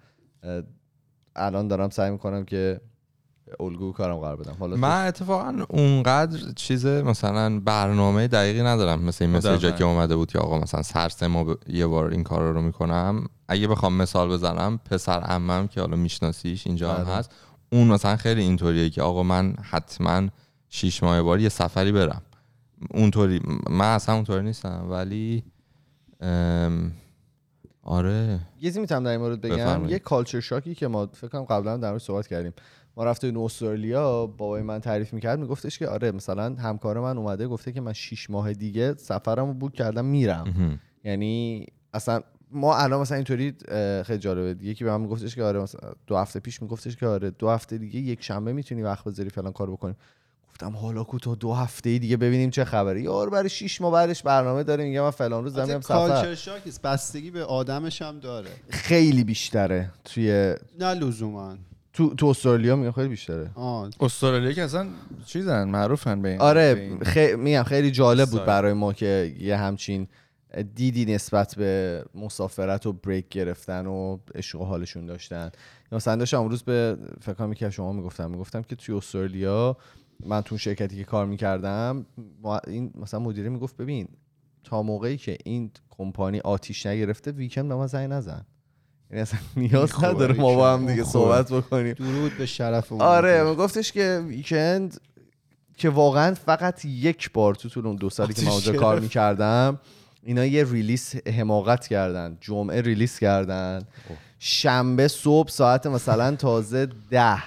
الان دارم سعی میکنم که الگو کارم قرار بدم. حالا من اتفاقا اونقدر چیز مثلا برنامه دقیقی ندارم مثل این مسیجا که اومده بود که آقا مثلا سر سه ماه یه بار این کارا رو میکنم. اگه بخوام مثال بزنم پسر عمم که حالا میشناسیش اینجا هم هست، اون مثلا خیلی اینطوریه که آقا من حتما شش ماه بار یه سفری برم. اونطوری من اصلا اونطوری نیستم، ولی آره یه چیزی میتونم در این مورد بگم. بفرمایید. یه کالچر شاکی که ما فکر کنم قبلا در موردش صحبت کردیم. ما رفتیم استرالیا، بابای من تعریف میکرد، میگفتش که آره مثلا همکار من اومده گفته که من شش ماه دیگه سفرمو بوک کردم میرم. یعنی اصلا ما الان مثلا اینطوری خیلی جالبه، یکی به من میگفتش که آره مثلا دو هفته پیش میگفتش که آره دو هفته دیگه یک شنبه میتونی وقت بذاری فلان کارو بکنیم. گفتم حالا کو تو دو هفته دیگه ببینیم چه خبره. یار برای شش ماه بعدش برنامه داره، میگه من فلان روز دارم سفر. کالچر شاک بستگی به آدمش هم داره، خیلی بیشتره توی نه لزوما تو تو استرالیا میگم خیلی بیشتره. آه استرالیا که اصلا چیزن معروفن به این. آره خیلی میگم خیلی جالب بود برای ما که یه همچین دیدی نسبت به مسافرت و بریک گرفتن و عشق و حالشون داشتن. مثلا داشتم امروز به فکر کنم که شما میگفتم میگفتم که توی استرالیا من تو شرکتی که کار میکردم این مثلا مدیره میگفت ببین تا موقعی که این کمپانی آتیش نگرفته ویکند به ما زنگ نزن، یعنی اصلا نیاز نداره ما با هم دیگه صحبت بکنیم. درود به شرف اون. آره میگفتش که ویکند که واقعا فقط یک بار تو طول اون دو سالی که من اونجا کار میکردم اینا یه ریلیس حماقت کردن، جمعه ریلیس کردن، شنبه صبح ساعت مثلا تازه ده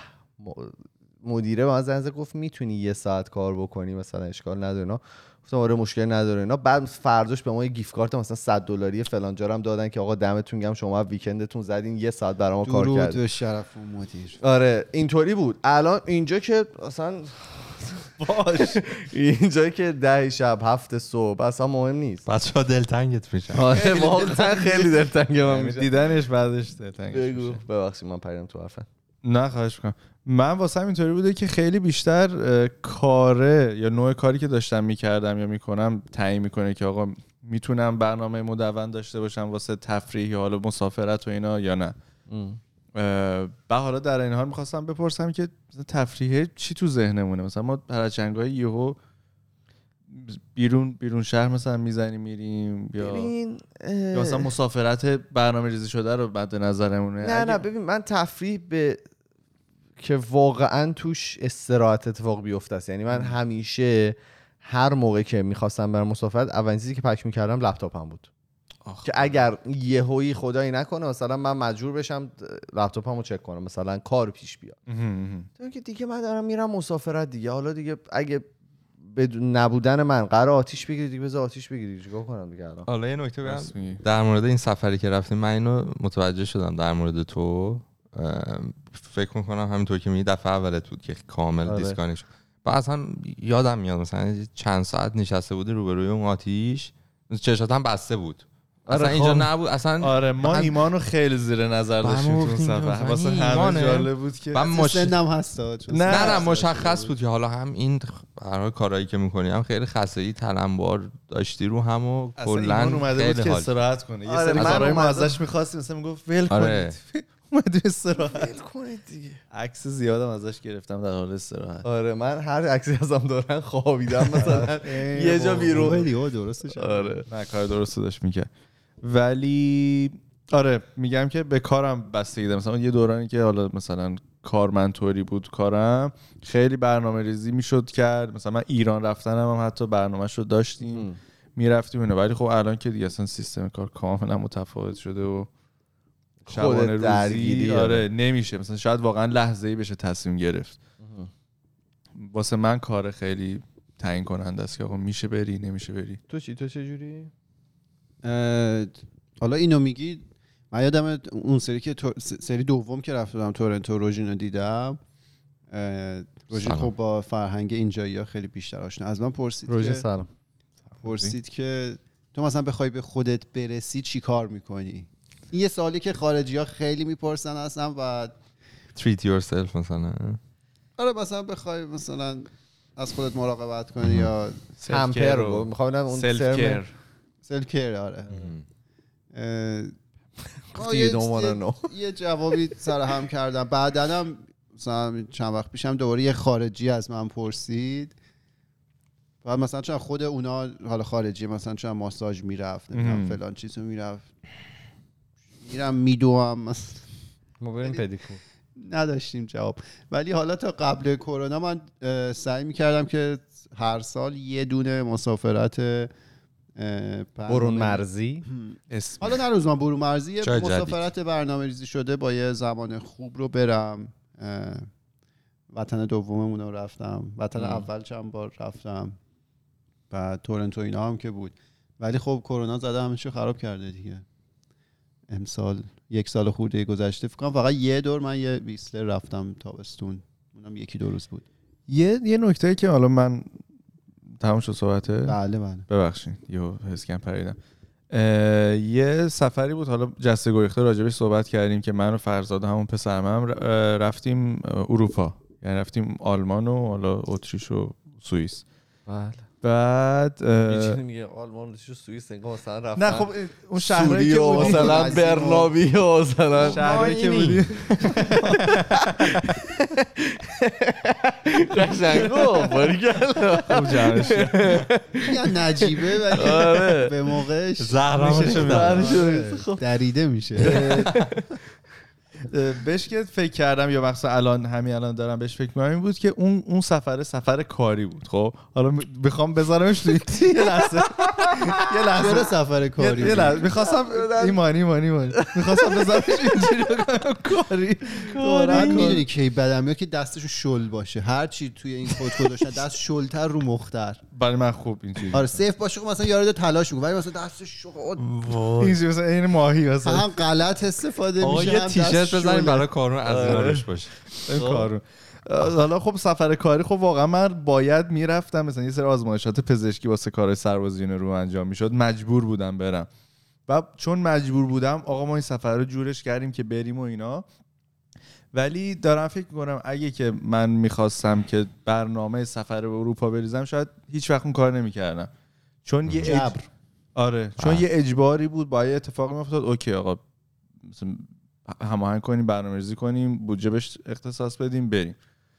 مدیره به من زنگ زد گفت میتونی یه ساعت کار بکنی مثلا اشکال نداره. اینا گفتم آره مشکل نداره. اینا بعد فرداش به ما یه گیفت کارت مثلا صد دلاری فلان جا هم دادن که آقا دمتون گرم شما ویکندتون زدین یه ساعت برام کار کردین. درود به شرف اون مدیر. آره اینطوری بود. الان اینجا که اصلا باش اینجا که ده شب هفت صبح اصلا مهم نیست، بچه‌ها دلتنگت میشن. آره واقعا خیلی دلتنگ من میشه دیدنش بعدش دلتنگ بگو. ببخشید من پریدم تو حرفم. نه خواهش میکنم. من واسه اینطوری بوده که خیلی بیشتر کاره یا نوع کاری که داشتم میکردم یا میکنم تعیین میکنه که آقا میتونم برنامه مدون داشته باشم واسه تفریح یا حالا مسافرت و اینا یا نه. به حالا در این حال میخواستم بپرسم که تفریح چی تو ذهنمونه؟ مثلا ما پرچنگای یهو بیرون بیرون شهر مثلا میزنیم میریم یا ببین یا مثلا مسافرت برنامه ریزی شده رو مد نظرمونه. نه نه ببین من تفریح به که واقعا توش استراحت اتفاق بیفته است. یعنی من همیشه هر موقع که میخواستم برم مسافرت اولین چیزی که پک میکردم لپتاپم بود. آخ. که اگر یهویی خدایی نکنه مثلا من مجبور بشم لپتاپمو چک کنم مثلا کار پیش بیاد، چون که دیگه من دارم میرم مسافرت دیگه. حالا دیگه اگه بدون نبودن من قرار آتیش بگیری دیگه بذار آتیش بگیری، چیکار کنم دیگه الان. حالا یه نکته بگم در مورد این سفری که رفتیم، من اینو متوجه شدم در مورد تو. فکر میکنم همینطور که میگی دفعه اولت بود که کامل آره. دیسکانکت. بعد اصلا یادم میاد مثلا چند ساعت نشسته بودی روبروی اون آتیش، چشات هم بسته بود. اصلا آره اینجا نبود اصلا. آره ما هم... ایمانو خیلی زیر نظر داشتیم تو سفر. واسه همه جالب بود که مش... سنم هست. نه نه مشخص بود که حالا هم این برای کارهایی که می‌کنی هم خیلی خستگی تلمبار داشتی رو هم و کلا اومده بود که استراحت کنه. یه سری کارهای ما ازش می‌خواستیم مثلا میگفت ول کنید. اومد استراحت ول کنید دیگه. عکس زیادم ازش گرفتم در حال استراحت. آره من هر عکسی ازم دارن خوابیدم مثلا یه جا بیرون. دیگه درستش. آره نه کار درست داشت می‌کرد. ولی آره میگم که به کارم بستگی داره. مثلا یه دورانی که حالا مثلا کارمندطوری بود کارم خیلی برنامه ریزی میشد کرد. مثلا من ایران رفتنم هم حتی برنامه‌اش رو داشتیم میرفتیم اینا، ولی خب الان که دیگه اصلا سیستم کار کاملا متفاوت شده و شبانه روزی آره نمیشه. مثلا شاید واقعا لحظه‌ای بشه تصمیم گرفت. واسه من کار خیلی تعیین کننده است که آقا میشه بری نمیشه بری. تو چی تو چه جوری؟ حالا اینو میگی من یادم اون سری که سری دوم که رفتم تورنتو روژینو دیدم. روژین خب با فرهنگ اینجایی‌ها خیلی بیشتر آشنا. از من پرسید روژین که سلام پرسید که تو مثلا بخوای به خودت برسی چی کار میکنی؟ این یه سوالی که خارجی‌ها خیلی میپرسن اصلا و treat yourself مثلا. آره مثلا بخوای مثلا از خودت مراقبت کنی یا همپر رو میخوام ببینم اون سلف کیر سلف کیر. آره یه جوابی سر هم کردم. بعداً هم مثلا چند وقت پیشم دوباره یه خارجی از من پرسید. بعد مثلا چون خود اونا حالا خارجی مثلا چون ماساژ میرفت نمیدونم فلان چیزو میرفت میرم میدوام ما بریم پدیکور نداشتیم جواب. ولی حالا تا قبل کرونا من سعی میکردم که هر سال یه دونه مسافرت برون مرزی اسم. حالا نه روزمان برون مرزی، مسافرت برنامه ریزی شده با یه زمان خوب رو برم. وطن دوممون رو رفتم، وطن ام. اول چند بار رفتم، بعد تورنتو اینا هم که بود، ولی خب کرونا زده همه چی خراب کرده دیگه. امسال یک سال خورده گذشته فکر کنم فقط یه دور من یه ویسلر رفتم تابستون، اونم یکی دو روز بود. یه یه نکته‌ای که حالا من تمام شد صحبته. بله بله ببخشید یهو حسکم پریدم. یه سفری بود، حالا جسته گریخته راجبش صحبت کردیم که من و فرزاد همون پسرم هم رفتیم اروپا، یعنی رفتیم آلمان و حالا اتریش و سوئیس. بله. بعد یه چیزی میگه آلمان و سوئیس انگار مثلا رفتن. نه خب اون شهرایی که بودیم مثلا برنابی و مثلا شهرایی که بودیم قشنگو باریکلا خوب جمعش یا نجیبه ولی به موقعش زهرامش دریده میشه. بهش که فکر کردم یا مثلا الان همین الان دارم بهش فکر می‌کنم این بود که اون اون سفر سفر کاری بود. خب حالا بخوام بذارمش توی یه لحظه یه لحظه سفر کاری یه لحظه می‌خواستم ایمان ایمان ایمان می‌خواستم بذارمش اینجوری کاری دوران. میدونی کی بدم میاد که دستشو شل باشه، هر چی توی این فوت گذاشتن دست شلتر رو مختر. برای من خوب اینجوری آره سیف باشه مثلا یارو تلاش می‌کنه ولی مثلا دستش شل اینجوری مثلا این ماهی مثلا هم غلط استفاده میشه، هم تیشرت بزنیم برای کارون از اینا روش باشه این کارون. حالا خب سفر کاری خب واقعا من باید میرفتم، مثلا یه سری آزمایشات پزشکی واسه کارهای سربازی رو انجام میشد، مجبور بودم برم و چون مجبور بودم آقا ما این سفر رو جورش کردیم که بریم و اینا. ولی دارم فکر میکنم اگه که من میخواستم که برنامه سفر به اروپا بریزم شاید هیچ وقت اون کار نمیکردم، چون یه جبر اج... آره چون آه. یه اجباری بود، با یه اتفاقی میافتاد اوکی آقا مثلا هماهنگ کنیم برنامه‌ریزی کنیم بودجه بهش اختصاص بدیم بریم.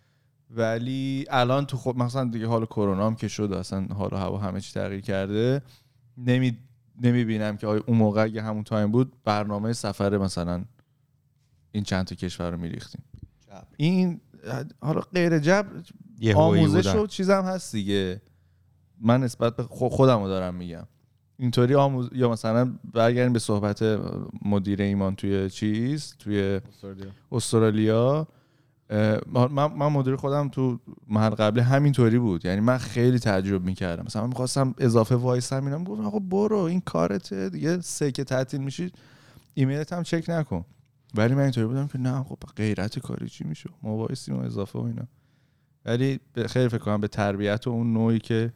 ولی الان تو خود مثلا دیگه حال کرونا هم که شد اصلا حال و هوا همه چی تغییر کرده، نمی نمیبینم که آیا اون موقع اگه همون تایم بود برنامه سفر مثلا این چند تا کشور رو میریختیم. این حالا غیر جبر آموزش و چیزم هست دیگه. من نسبت به خودم رو دارم میگم اینطوری آموز... یا مثلا برگردیم به صحبت مدیر ایمان توی چیز توی استرالیا. من من مدیر خودم تو محل قبلی همینطوری بود، یعنی من خیلی تعجب میکردم، مثلا من می‌خواستم اضافه وایسم اینا میگفتم آقا برو این کارته دیگه، سه که تعطیل میشی ایمیلت هم چک نکن. ولی من اینطوری بودم که نه خب غیرت کاری چی میشه ما وایسیم و اضافه و اینا. ولی خیلی فکر کنم به تربیت و اون نوعی که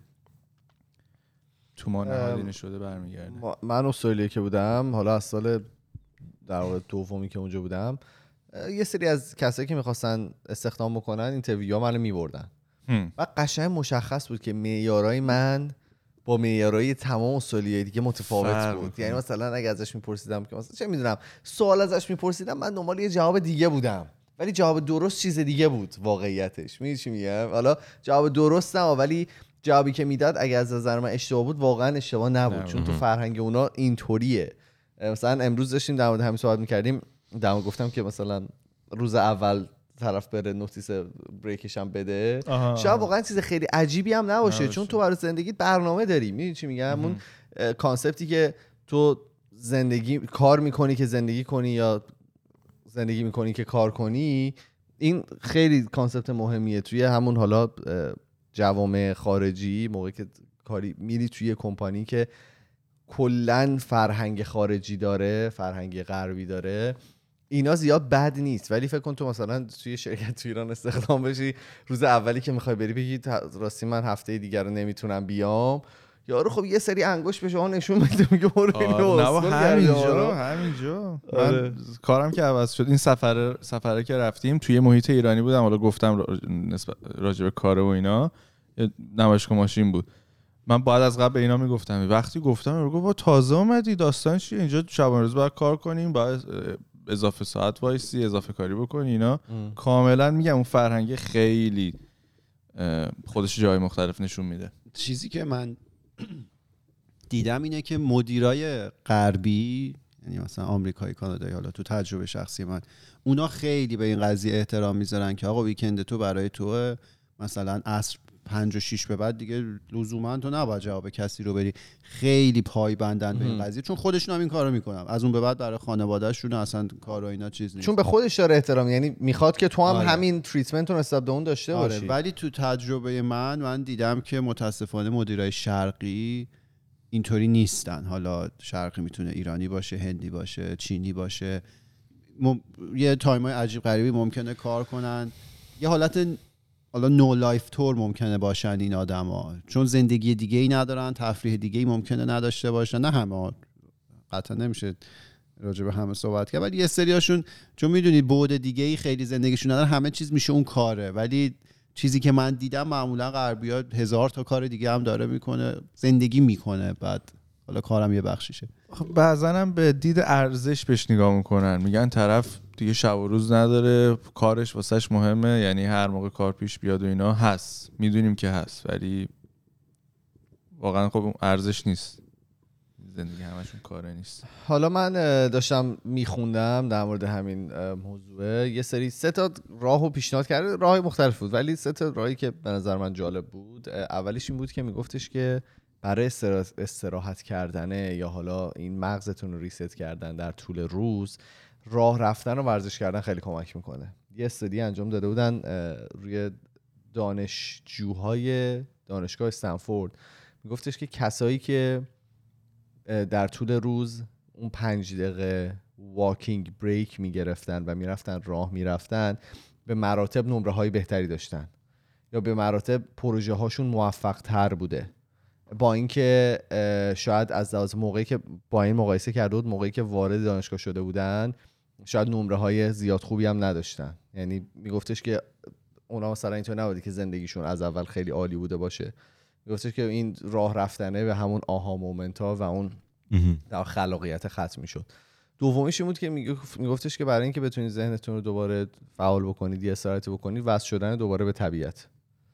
تو ما نهادینه شده برمیگرده. من استرالیا که بودم، حالا از سال در واقع دومی که اونجا بودم، یه سری از کسایی که میخواستن استخدام بکنن اینترویوها منو میبردن و قشنگ مشخص بود که معیارای من با معیارای تمام استرالیایی دیگه متفاوت بود. یعنی مثلا اگه ازش میپرسیدم که مثلا چه میدونم سوال ازش میپرسیدم من دنبال یه جواب دیگه بودم ولی جواب درست چیز دیگه بود واقعیتش. میدونی چی میگم؟ حالا جواب درست نه ولی جوابی که میداد اگه از نظر من اشتباه بود واقعا اشتباه نبود، چون تو فرهنگ اونا اینطوریه. مثلا امروز داشتیم در مورد همین صحبت می‌کردیم، در مورد گفتم که مثلا روز اول طرف بره نوتیس بریکش هم بده، شاید واقعا چیز خیلی عجیبی هم نباشه, نباشه. چون تو برای زندگیت برنامه داری. میدونی چی میگم؟ اون کانسپتی که تو زندگی کار میکنی که زندگی کنی یا زندگی میکنی که کار کنی، این خیلی کانسپت مهمیه توی همون حالا جوامع خارجی. موقعی که کاری میری توی کمپانی که کلن فرهنگ خارجی داره، فرهنگ غربی داره، اینا زیاد بد نیست. ولی فکر کن تو مثلا توی شرکت تو ایران استخدام بشی، روز اولی که میخوای بری بگی راستی من هفته دیگر رو نمیتونم بیام، یارو خب یه سری انگشت به شما نشون میده میگه برو اینو نه همینجا همینجا من کارم که عوض شد. این سفر سفره که رفتیم توی محیط ایرانی بودم، حالا گفتم نسبت راجع به کار و اینا، نمایشگاه ماشین بود. من بعد از قبل به اینا میگفتم، وقتی گفتم رو گفت تازه اومدی داستان چیه اینجا شبانه روز باید کار کنیم، باید اضافه ساعت وایسی، اضافه کاری بکنی اینا. ام. کاملا میگم اون فرهنگ خیلی خودش جای مختلف نشون میده. چیزی که من دیدم اینه که مدیرای غربی، یعنی مثلا آمریکایی، کانادایی، حالا تو تجربه شخصی من، اونا خیلی به این قضیه احترام میذارن که آقا ویکند تو برای تو مثلا عصر پنج و شش به بعد دیگه لزوما تو نباید جواب کسی رو بدی. خیلی پایبندن به این قضیه چون خودشون هم این کارو میکنن. از اون به بعد برای خانواده‌شون اصلا کار و اینا چیز نیست، چون به خودش داره احترام، یعنی میخواد که تو هم آره. همین تریتمنت رو نسبت به اون داشته آره. باشی. ولی تو تجربه من من دیدم که متاسفانه مدیرای شرقی اینطوری نیستن. حالا شرقی میتونه ایرانی باشه، هندی باشه، چینی باشه، مم... یه تایمای عجیب غریبی ممکنه کار کنن. یه حالت حالا نو لایف تور ممکنه باشن این آدما، چون زندگی دیگه ای ندارن، تفریح دیگه ای ممکنه نداشته باشن. نه همه، قطعا نمیشه راجع به همه صحبت کرد، ولی یه سریاشون چون میدونی بعد دیگه ای خیلی زندگیشون ندارن، همه چیز میشه اون کاره. ولی چیزی که من دیدم معمولا غربی‌ها هزار تا کار دیگه هم داره میکنه، زندگی میکنه، بعد حالا کارم یه بخشیشه. خب بعضا هم به دید ارزش بهش نگاه میکنن، میگن طرف دیگه شب و روز نداره، کارش واسش مهمه، یعنی هر موقع کار پیش بیاد و اینا هست، میدونیم که هست، ولی واقعا خب ارزش نیست، زندگی همشون کاره نیست. حالا من داشتم میخوندم در مورد همین موضوع، یه سری سه تا راهو پیشنهاد کرده، راهی مختلف بود ولی سه تا راهی که به نظر من جالب بود. اولیش این بود که میگفتش که برای استراحت کردنه یا حالا این مغزتون رو ریست کردن در طول روز، راه رفتن و ورزش کردن خیلی کمک میکنه. یه استادی انجام داده بودن روی دانشجوهای دانشگاه استنفورد، میگفتش که کسایی که در طول روز اون پنج دقیقه واکینگ بریک میگرفتن و میرفتن راه میرفتن، به مراتب نمره های بهتری داشتن یا به مراتب پروژه هاشون موفق تر بوده. با اینکه شاید از لحاظ موقعی که با این مقایسه کرده بود، موقعی که وارد دانشگاه شده بودن شاید نمره های زیاد خوبی هم نداشتن. یعنی میگفتش که اونا مثلا اینطور نبوده که زندگیشون از اول خیلی عالی بوده باشه، میگفتش که این راه رفتنه به همون آها مومنت ها و اون در خلاقیت ختم میشد. دومیش این بود که میگفتش که برای اینکه بتونید ذهنتون رو دوباره فعال بکنید، یه استراحتی بکنید، وصل شدن دوباره به طبیعت.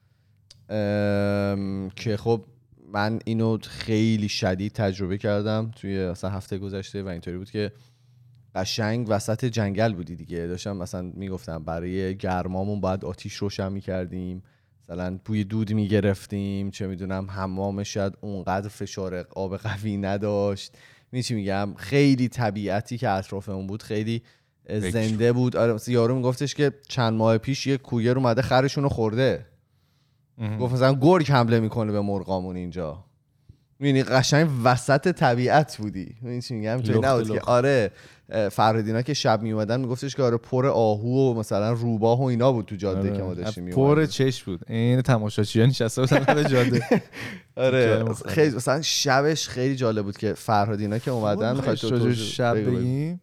که خب من اینو خیلی شدید تجربه کردم توی مثلا هفته گذشته و اینطوری بود که قشنگ وسط جنگل بودی دیگه. داشتم مثلا میگفتم برای گرمامون باید آتیش روشن میکردیم، مثلا بوی دود میگرفتیم، چه میدونم حمام شاید اونقدر فشار آب قوی نداشت. می چی میگم، خیلی طبیعتی که اطرافمون بود خیلی زنده بود. آره مثلا یارو میگفتش که چند ماه پیش یه کویر اومده خرشونو خورده، گفت مثلا گرگ حمله میکنه به مرغامون اینجا. میبینی قشنگ وسط طبیعت بودی. میبینی چی میگم، تو نبود که آره فرهادینا که شب میومدن میگفتش که آره پر آهو و مثلا روباه و اینا بود تو جاده آره. که ما داشتیم میومدیم پر چش بود، این تماشاچیان نشسته بودن به جاده. آره خیلی مثلا شبش خیلی جالب بود که فرهادینا که اومدن میخواد تو شب بگیم،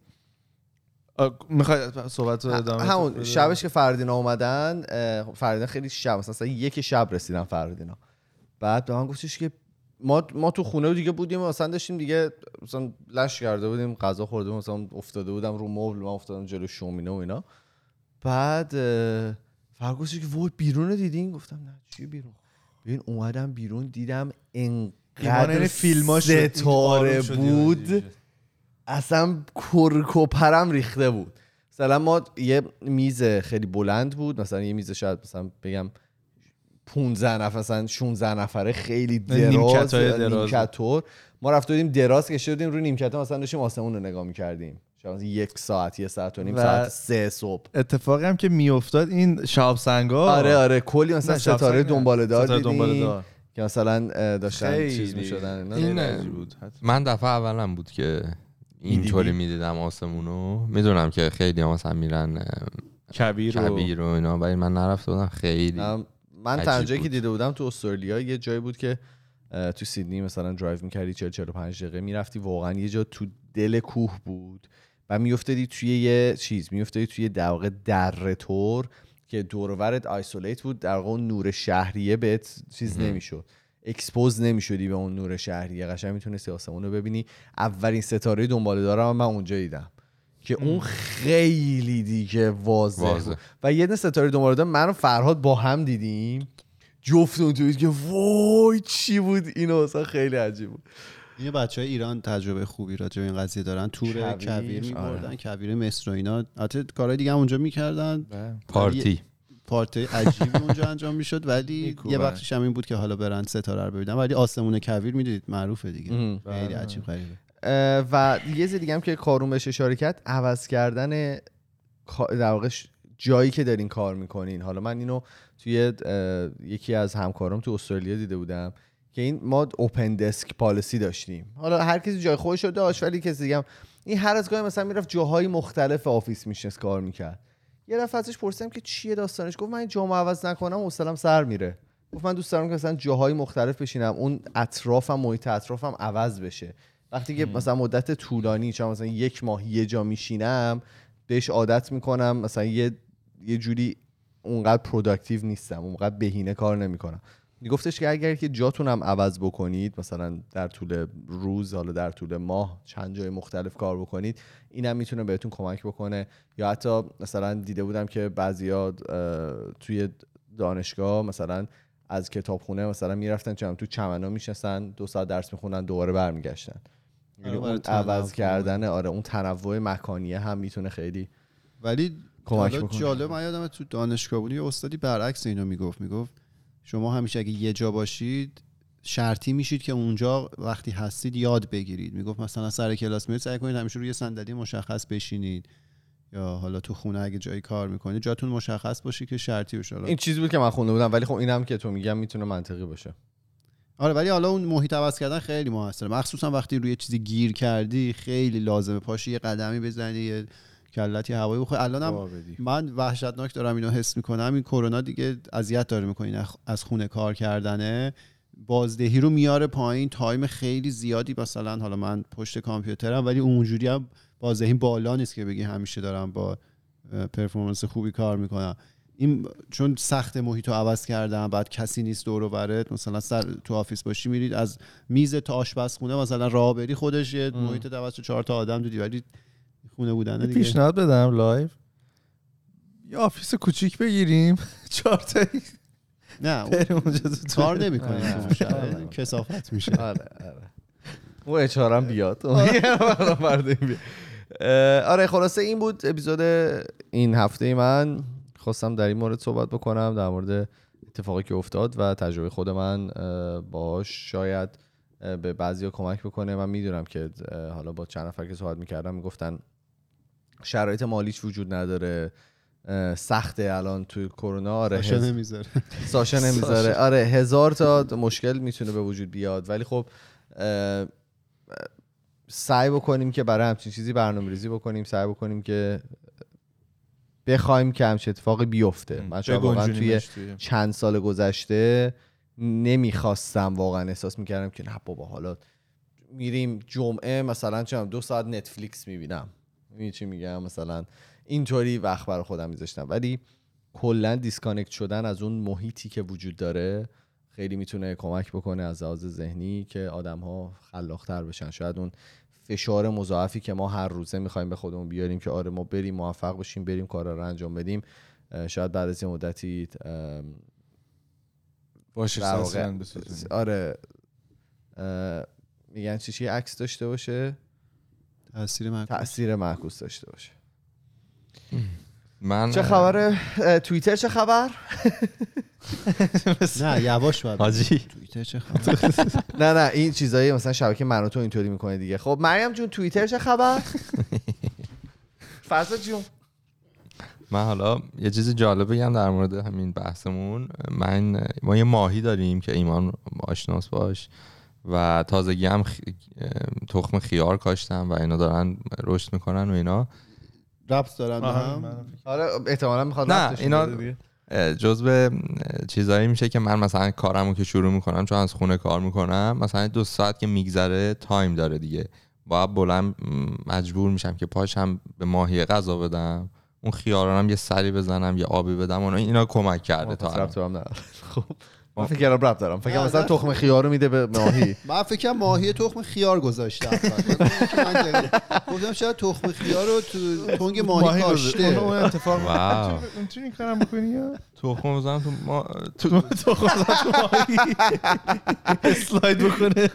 میخوای صحبت رو ادامه همون بده. شبش که فرهادینا اومدن، فرهادینا خیلی شب مثلا یک شب رسیدن فرهادینا، بعد به من گفتش که ما ما تو خونه دیگه بودیم، مثلا داشتیم دیگه مثلا لش کرده بودیم، غذا خورده بودیم، مثلا افتاده بودم رو مبل، من افتادم جلو شومینه و اینا. بعد فرگوشی که وای بیرون دیدین؟ گفتم نه چی بیرون؟ ببین اومدم بیرون دیدم انقدر فیلماش ستاره بود، اصلا کرکوپرم ریخته بود. مثلا ما یه میز خیلی بلند بود، مثلا یه میز شاید مثلا بگم پونزده نفر مثلا شانزده نفره، خیلی دراز نیمکتور. ما رفته بودیم دراز کشیده بودیم روی نیمکت، مثلا داشتیم آسمون رو نگاه می‌کردیم، شاید یک ساعت یه ساعت و نیم ساعت سه صبح. اتفاقی هم که میافتاد این شهاب سنگا، آره آره کلی مثلا ستاره دنباله دار دیدیم که مثلا داشتن چیز می‌شدن. این بود. من دفعه اولم بود که اینطوری می‌دیدم آسمونو. میدونم که خیلی ها مثلا میرن کویر و اینا، ولی من نرفته بودم. خیلی من تنها جایی که دیده بودم تو استرالیا یه جایی بود که تو سیدنی مثلا درایو می‌کردی چهل چهل و پنج دقیقه میرفتی، واقعا یه جا تو دل کوه بود و میافتادی توی یه چیز، میافتادی توی در واقع دره تور که دور و برت آیسولیت بود، در واقع نور شهریه بهت چیز نمیشد، اکسپوز نمیشدی به اون نور شهریه، قشنگ میتونستی آسمون رو ببینی. اولین ستاره دنباله دارم من اونجا دیدم که اون خیلی دیگه واضح, واضح. و یه دونه ستاره دنباله دار من و فرهاد با هم دیدیم، جفتمون تو که وای چی بود اینو، اصلا خیلی عجیب بود. یه بچهای ایران تجربه خوبی راجع به این قضیه دارن، تور کویر می‌بردن، کویر مصر و اینا، البته کارهای دیگه هم اونجا می‌کردن، پارتی پارتی عجیبی اونجا انجام میشد، ولی یه بخشش هم این بود که حالا برن ستاره رو ببینن. ولی آسمون کویر میدید معروفه دیگه، خیلی عجیب غریبه. و یه چیز دیگه هم که کارون بهش اشاره کرد، عوض کردن در واقع جایی که دارین کار میکنین. حالا من اینو توی یکی از همکارام تو استرالیا دیده بودم که این ما اوپن دسک پالیسی داشتیم. حالا هر کسی جای خودش رو داشت، ولی کسی دیگه هم این هر از گاهی مثلا میرفت جاهای مختلف آفیس میشنست کار میکرد. یه دفعه ازش پرسیدم که چیه داستانش، گفت من این جامو عوض نکنم حوصله‌ام سر میره. گفت من دوست دارم که مثلا جاهای مختلف بشینم، اون اطرافم محیط اطرافم عوض بشه. وقتی که مثلا مدت طولانی چون مثلا یک ماه یه جا میشینم بهش عادت میکنم، مثلا یه یه جوری اونقدر پروداکتیو نیستم، اونقدر بهینه کار نمیکنم. میگفتش که اگر که جاتونم عوض بکنید، مثلا در طول روز، حالا در طول ماه چند جای مختلف کار بکنید، اینم میتونه بهتون کمک بکنه. یا حتی مثلا دیده بودم که بعضیا توی دانشگاه مثلا از کتابخونه مثلا میرفتن چم تو چمنا میشستن، دو ساعت درس میخونن، دوباره برمیگشتن. یعنی اون عوض کردن، آره اون تنوع مکانیه هم میتونه خیلی ولی کمک بکنه. جالب، من یادم تو دانشگاه بودی استادی برعکس اینو میگفت، میگفت شما همیشه اگه یه جا باشید شرطی میشید که اونجا وقتی هستید یاد بگیرید. میگفت مثلا سر کلاس میاد سعی کنید همیشه روی صندلی مشخص بشینید، یا حالا تو خونه اگه جایی کار میکنید جاتون مشخص باشه که شرطی باشه. این چیزی بود که من خونده بودم، ولی خب اینم که تو میگم میتونه منطقی باشه. آره ولی حالا اون محیط عوض کردن خیلی موثره، مخصوصا وقتی روی چیزی گیر کردی خیلی لازمه پاشی یه قدمی بزنی، یه کلتی هوایی بخوری. الانم من وحشتناک دارم اینو حس میکنم، این کرونا دیگه اذیت داره میکنین از خونه کار کردنه، بازدهی رو میاره پایین، تایم خیلی زیادی مثلا حالا من پشت کامپیوترم ولی اونجوری هم بازدهی بالا نیست که بگی همیشه دارم با پرفورمنس خوبی کار میکنم. این چون سخت محیط رو عوض کردم، بعد کسی نیست دور و برت، مثلا سر تو آفیس باشی میرید از میز تا آشپزخونه مثلا راه بری خودش یه محیط دوست چهار تا آدم دیدی، ولی خونه بودن دیگه. پیشنهاد بدم لایو یه آفیس کوچیک بگیریم چهار تا نه اونجا کار نمی‌کنه، کثافت میشه. آره آره اون اچ آر هم بیاد. آره خلاصه این بود اپیزود این هفته من. خواستم در این مورد صحبت بکنم، در مورد اتفاقی که افتاد و تجربه خود من باش شاید به بعضیا کمک بکنه. من میدونم که حالا با چند نفر که صحبت میکردم میگفتن شرایط مالیش وجود نداره، سخته الان توی کرونا. آره ساشا نمیذاره ساشا نمیذاره آره هزار تا مشکل میتونه به وجود بیاد، ولی خب سعی بکنیم که برای همچین چیزی برنامه‌ریزی بکنیم، سعی بکنیم که بخوایم که همچین اتفاقی بیفته. من شاید واقعا توی چند سال گذشته نمیخواستم، واقعا احساس میکردم که نه بابا حالا میریم جمعه مثلا چم دو ساعت نتفلیکس میبینم، میبینی چی میگم، مثلا اینطوری وقت برای خودم میذاشتم. ولی کلا دیسکانکت شدن از اون محیطی که وجود داره خیلی میتونه کمک بکنه از لحاظ ذهنی که آدم‌ها خلاق‌تر بشن. شاید اون فشار مضاعفی که ما هر روزه میخوایم به خودمون بیاریم که آره ما بریم موفق بشیم، بریم کارا رو انجام بدیم، شاید بعد از این مدتی باشه سازن آره میگن چی چی عکس داشته باشه، تاثیر معکوس تاثیر معکوس داشته باشه. من چه خبره توییتر؟ چه خبر؟ نه یواش باید حاجی توییتر چه خبر؟ نه نه این چیزایی مثلا شبکه من و تو اینطوری میکنه دیگه. خب مریم جون توییتر چه خبر؟ فرزاد جون من حالا یه چیز جالب بگم در مورد همین بحثمون. من ما یه ماهی داریم که ایمان آشناس باش و تازگی هم خ... تخم خیار کاشتم و اینا دارن رشد میکنن و اینا ربط دارن هم. آره احتمالاً میخواد نه اینا جزء چیزایی میشه که من مثلا کارمو که شروع میکنم چون از خونه کار میکنم مثلا دو ساعت که میگذره تایم داره دیگه، باید بلند مجبور میشم که پاشم به ماهی غذا بدم، اون خیارانم یه سری بزنم، یه آبی بدم، اون اینا کمک کرده تا الان. خب من فکر کردم ربط دارم، فکر مثلا تخم خیار رو میده به ماهی. من فکر کنم ماهی تخم خیار گذاشته گفتم شاید تخم خیار رو تو تنگ ماهی کاشته. اون اتفاق میتونی این کارم بکنی یا تخم بزنم تو ما تو تخم بزنم تو ماهی اسلاید بکنه.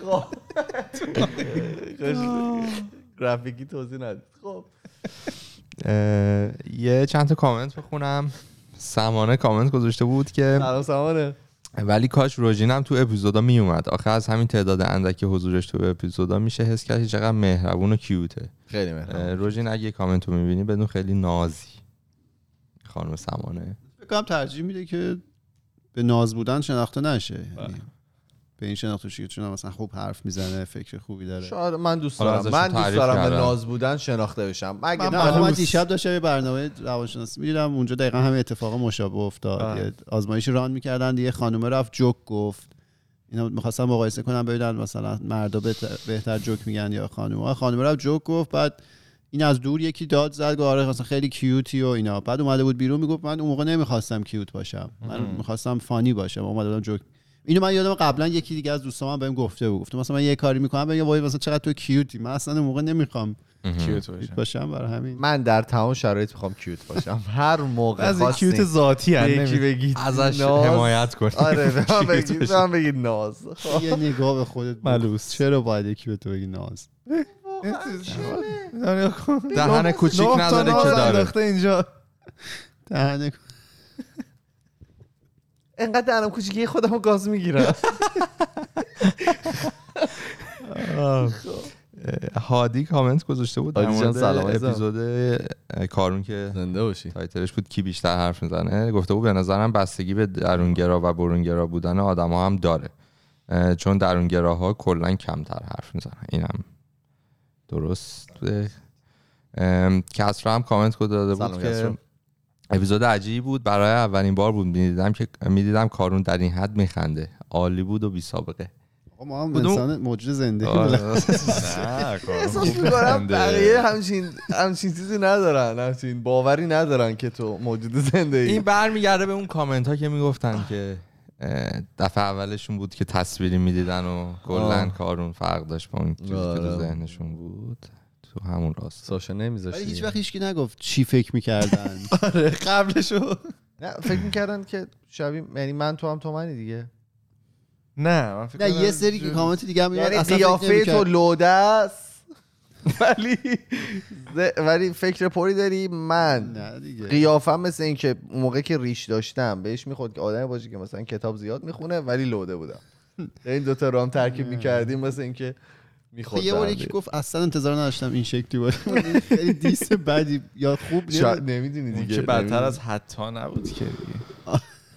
گرافیکی توضیح ندید. خب یه چند تا کامنت بخونم سمانه کامنت گذاشته بود که سلام سمانه، ولی کاش روژین هم تو اپیزودا می اومد. آخه از همین تعداد اندکی حضورش تو اپیزودا میشه حس کرد چقدر مهربون و کیوته. خیلی مهربون. روژین اگه کامنت رو میبینی بدون خیلی نازی خانم سمانه. فکر کنم ترجیح میده که به ناز بودن شناخته نشه، یعنی به این شناخته شه چون مثلا خوب حرف میزنه، فکر خوبی داره. شاید من دوست دارم من دوست دارم به ناز بودن شناخته بشم. مگه من من دیشب داشتم یه برنامه روانشناسی می‌دیدم، اونجا دقیقاً همین اتفاق مشابه افتاد. یه آزمایش ران می‌کردن، یه خانومه رفت جوک گفت. اینا می‌خواستن مقایسه کنن ببینن مثلا مردا بهتر جوک میگن یا خانوما. خانومه رفت جوک گفت، بعد این از دور یکی داد زد گفت آره مثلا خیلی کیوتی و اینا. بعد اومده بود بیرون میگفت من اون موقع نمی‌خواستم کیوت باشم، من می‌خواستم فانی باشم، اومده بودم جوک. اینو من یادم قبلا یکی دیگه از دوستام بهم گفته بود، گفتم مثلا من یه کاری میکنم بگم وای مثلا چقدر تو کیوتی، من اصلا اون موقع نمیخوام کیوت باشم. برای همین من در تمام شرایط میخوام کیوت باشم. هر موقع از کیوت ذاتی یکی بگید ازش حمایت کنید. آره به من بگید به من بگید ناز. یه نگاه به خودت ملوس، چرا باید یکی به تو بگی ناز؟ دهن کوچیک نداره که داره اینجا دهن انقدر دهنم کوچیکی خودمو گاز میگیرم. هادی کامنت گذاشته بود در مورد اپیزود کارون که زنده باشی تایتلش بود کی بیشتر حرف میزنه. گفته بود به نظرم بستگی به درونگرا و برونگرا بودن آدما هم داره، چون درونگراها کلا کمتر حرف میزنن. اینم درست. کسرا هم کامنت داده بود که اپیزود عجیبی بود، برای اولین بار بود میدیدم که میدیدم کارون در این حد میخنده، عالی بود و بی سابقه. ما هم انسان موجود زنده نه احساس میکنم بقیه همچین همچین چیزی ندارن، همچین باوری ندارن که تو موجود زنده ای. این برمیگرده به اون کامنت ها که میگفتن که دفعه اولشون بود که تصویری میدیدن و کلا کارون فرق داشت با اون چیزی که تو ذهنشون بود. تو همون راست ساشا نمیذاشت. ولی هیچ وقت هیچکی نگفت چی فکر میکردن. آره قبلشو نه فکر میکردن که شبیه، یعنی من تو هم تو منی دیگه. نه من فکر نه یه سری که کامنت دیگه هم میاد یعنی قیافه تو لوده است ولی ولی فکر پوری داری. من قیافم مثل این که موقع که ریش داشتم بهش میخورد که آدمی باشه که مثلا کتاب زیاد میخونه ولی لوده بودم. این دو تا رام ترکیب میکردیم مثل این که میخورد. یه باری که گفت اصلا انتظار نداشتم این شکلی باشه. خیلی دیس بدی یا خوب نمیدونی دیگه که بدتر از حتی نبود که دیگه.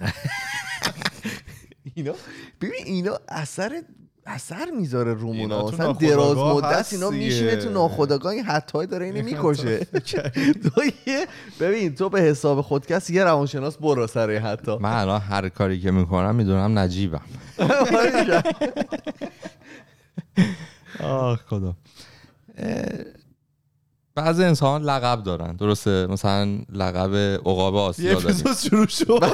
اینا ببین اینا اثر اثر میذاره رومونا، مثلا دراز مدت اینا میشینه تو ناخودآگاه، این حتی داره اینو میکشه. تو یه ببین تو به حساب خودکست یه روانشناس برو سر حتی. من الان هر کاری که میکنم میدونم نجیبم. آه خدا. بعضی انسان لقب دارن، درسته؟ مثلا لقب عقاب آسیا داریم. یه اپیزود شروع شد.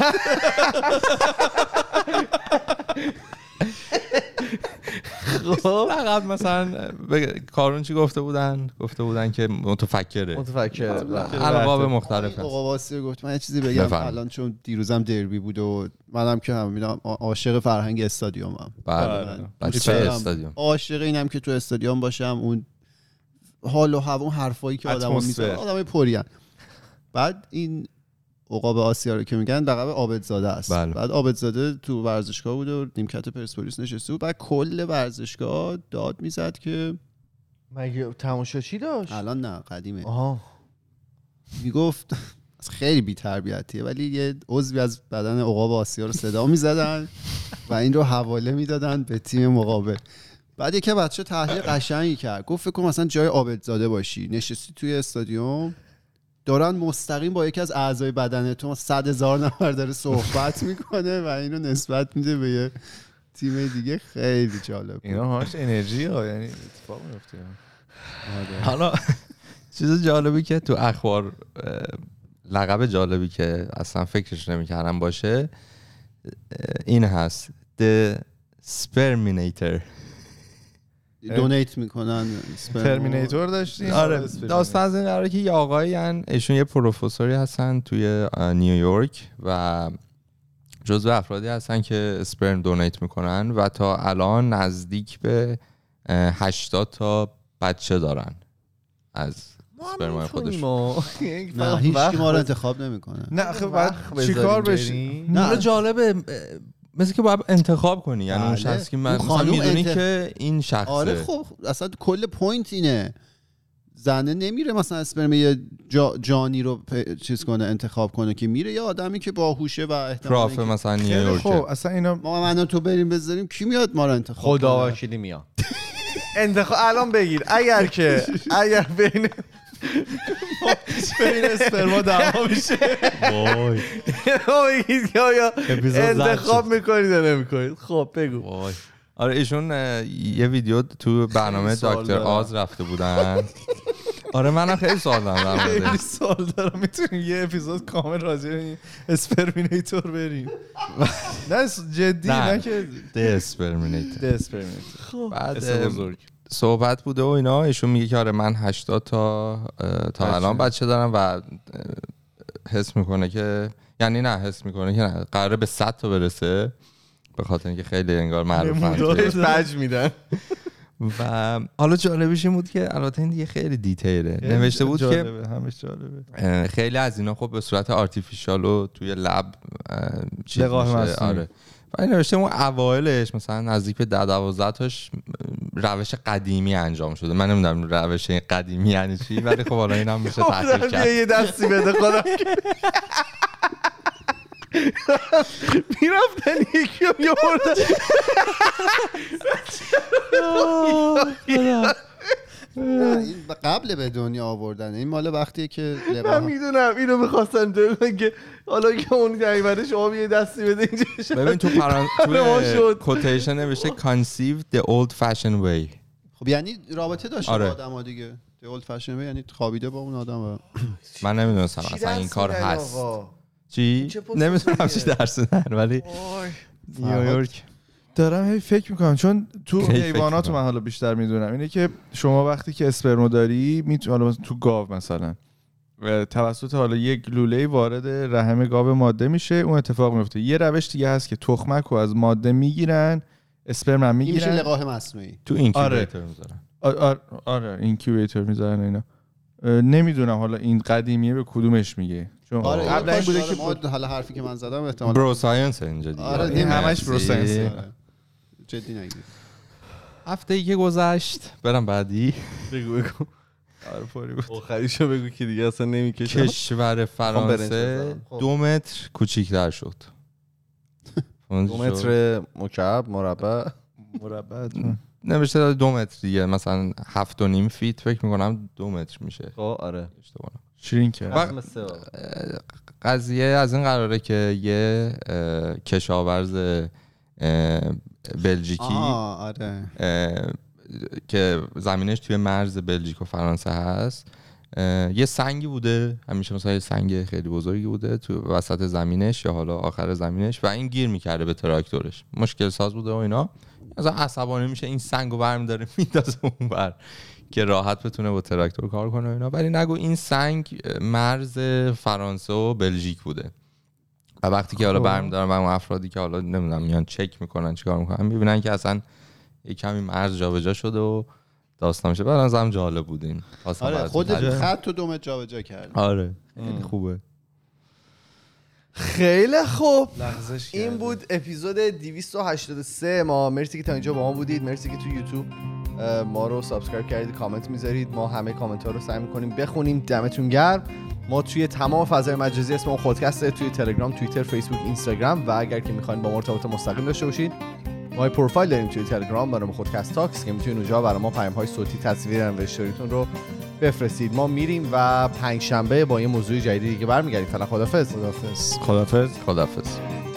خب لقب مثلا کارون چی گفته بودن؟ گفته بودن که متفکره. متفکر. القاب مختلف هست. عقاب آسیا گفت من یه چیزی بگم بفرم. الان چون دیروزم دربی بود و منم که هم میدونم عاشق فرهنگ استادیومم. بله. بچه استادیوم. عاشق اینم که تو استادیوم باشم، اون حال و هوا، اون حرفایی که آدما میزنن، آدمای پرین. بعد این عقاب آسیا رو که میگن لقب عابدزاده است. بله. بعد عابدزاده تو ورزشگاه بود و نیمکت پرسپولیس نشسته بود، بعد کل ورزشگاه داد میزد که مگه تماشاچی داشت؟ الان نه قدیمه. آها. میگفت خیلی بی تربیتیه ولی یه عضوی از بدن عقاب آسیا رو صدا میزدن و این رو حواله میدادن به تیم مقابل. بعد یکی بچه تحلیل قشنگی کرد، گفت فکر کن مثلا جای عابدزاده باشی، نشستی توی استادیوم، دارن مستقیم با یکی از اعضای بدن تو صد هزار نفر داره صحبت میکنه و اینو نسبت میده به یه تیم دیگه. خیلی جالب. اینا هاش انرژی ها، یعنی اتفاق میفته. حالا چیز جالبی که تو اخبار، لقب جالبی که اصلا فکرش نمیکردم باشه این هست، The Sperminator. دونیت میکنن. ترمینیتور داشتیم. آره داستان از این قراره که یه آقایی هن، ایشون یه پروفسوری هستن توی نیویورک و جزو افرادی هستن که اسپرم دونیت میکنن و تا الان نزدیک به هشتاد تا بچه دارن. از اسپرمای خودش. نه هیچ کی ما رو انتخاب نمیکنه. نه خب بعد چیکار بشه؟ نه جالبه مثل که باید انتخاب کنی، یعنی اون شخصی که من مثلا میدونی انت... که این شخصه. آره خب اصلا کل پوینت اینه، زنه نمیره مثلا اسپرم یه جا جانی رو پ... چیز کنه انتخاب کنه که میره یه آدمی که باهوشه و احتمالاً که... مثلا نیویورک. خب اصلا اینا ما من تو بریم بذاریم کی میاد ما رو انتخاب کنه؟ خدا وکیلی میاد. انتخاب الان بگیر اگر که اگر بین بین اسپرما دعوا میشه وای بگید که آیا انتخاب میکنید یا نمیکنید. خب بگو. وای آره ایشون یه ویدیو تو برنامه دکتر آز رفته بودن. آره منم خیلی سوال دارم. خیلی سوال دارم. میتونیم یه اپیزود کامل راجع به اسپرمینیتور بریم؟ نه جدی نه که د اسپرمینیتور. د اسپرمینیتور. بعد بزرگ صحبت بوده و اینا. ایشون میگه که آره من هشتاد تا تا الان بچه دارم و حس میکنه که یعنی نه حس میکنه که نه قراره به صد تا برسه، به خاطر اینکه خیلی انگار معروفن بهش بج میدن. و حالا جالبش این بود که البته این دیگه خیلی دیتیله نوشته بود که همش جالبه خیلی از اینا خب به صورت آرتفیشال و توی لب لقاح مصنوعی. آره و این نوشته اون اوایلش مثلا نزدیک به ده دوازده تاش روش قدیمی انجام شده. من نمیدونم روش قدیمی یعنی چی، ولی خب حالا اینم میشه تحقیق کرد. یه دستی بده خودم میرفتن یکی هم یه برده این قبل به دنیا آوردن، این مال وقتیه که من میدونم اینو میخواستن دوگن که حالا که اون دقیقه شما یه دستی بده اینجا. ببین تو پران توی کوتیشن نوشته conceived the old fashioned way. خب یعنی رابطه داشته با آدم ها دیگه. the old fashioned way یعنی خوابیده با اون آدم. من نمیدونستم اصلا این کار هست. چی؟ نمیدونم چی درس دادن ولی نیویورک. دارم هی فکر میکنم چون تو حیوانات من حالا بیشتر میدونم اینه که شما وقتی که اسپرمو داری میتونی حالا تو گاو مثلا توسط حالا یک لوله وارد رحم گاو ماده میشه، اون اتفاق میفته. یه روش دیگه هست که تخمک رو از ماده میگیرن، اسپرم هم میگیرن، این میشه لقاح مصنوعی. تو اینکیوبیتور میذارن. آره آره اینکیوبیتور میذارن اینا. نمیدونم حالا این قدیمیه به کدومش میگه. آره قبل این بوده که ما حالا حرفی که من زدم احتمال برو ساینس اینجا دیگه. آره این همش برو ساینس. جدی نگیر. هفته ای که گذشت برم بعدی. بگو بگو. آره پاری بود. آخریشو بگو که دیگه اصلا نمیکشم. کشور فرانسه دو متر کوچیک‌تر شد. دو متر مکعب مربع مربع نوشته دو متر دیگه، مثلا هفت و نیم فیت فکر میکنم دو متر میشه. خب آره اشتباه شرینک کرد. قضیه از این قراره که یه کشاورز بلژیکی آره. که زمینش توی مرز بلژیک و فرانسه هست، یه سنگی بوده، همیشه مثلا یه سنگ خیلی بزرگی بوده تو وسط زمینش یا حالا آخر زمینش و این گیر میکرده به تراکتورش، مشکل ساز بوده و اینا. مثلا عصبانی میشه این سنگو برمی‌داره میندازه اونور که راحت بتونه با تراکتور کار کنه و اینا. ولی نگو این سنگ مرز فرانسه و بلژیک بوده و وقتی که حالا برمی‌دارن و اون افرادی که حالا نمیدونم میان چک میکنن چیکار میکنن میبینن که اصلا یه کمی مرز جابجا شده و داستان میشه. بعد از هم جالب بودین. آره خودت خط و دومت جابجا کردی. آره خیلی خوبه. خیلی خوب. این بود اپیزود دویست و هشتاد و سه ما. مرسی که تا اینجا با ما بودید. مرسی که تو یوتیوب ما رو سابسکرایب کردید، کامنت میذارید. ما همه کامنت ها رو سعی میکنیم بخونیم. دمتون گرم. ما توی تمام فضای مجازی اسم اون خودکسته، توی تلگرام، توییتر، فیسبوک، اینستاگرام و اگر که میخواین با ما ارتباط مستقیم داشته باشید ما پروفایل داریم توی تلگرام به نام خودکست تاکس که میتونید اونجا برای ما پیام های صوتی، تصویر، انوشتوریتون رو بفرستید. ما میریم و پنج شنبه با یه موضوع جدیدی دیگه برمیگردیم. فعلا خدافظ. خدافظ. خدافظ. خدافظ.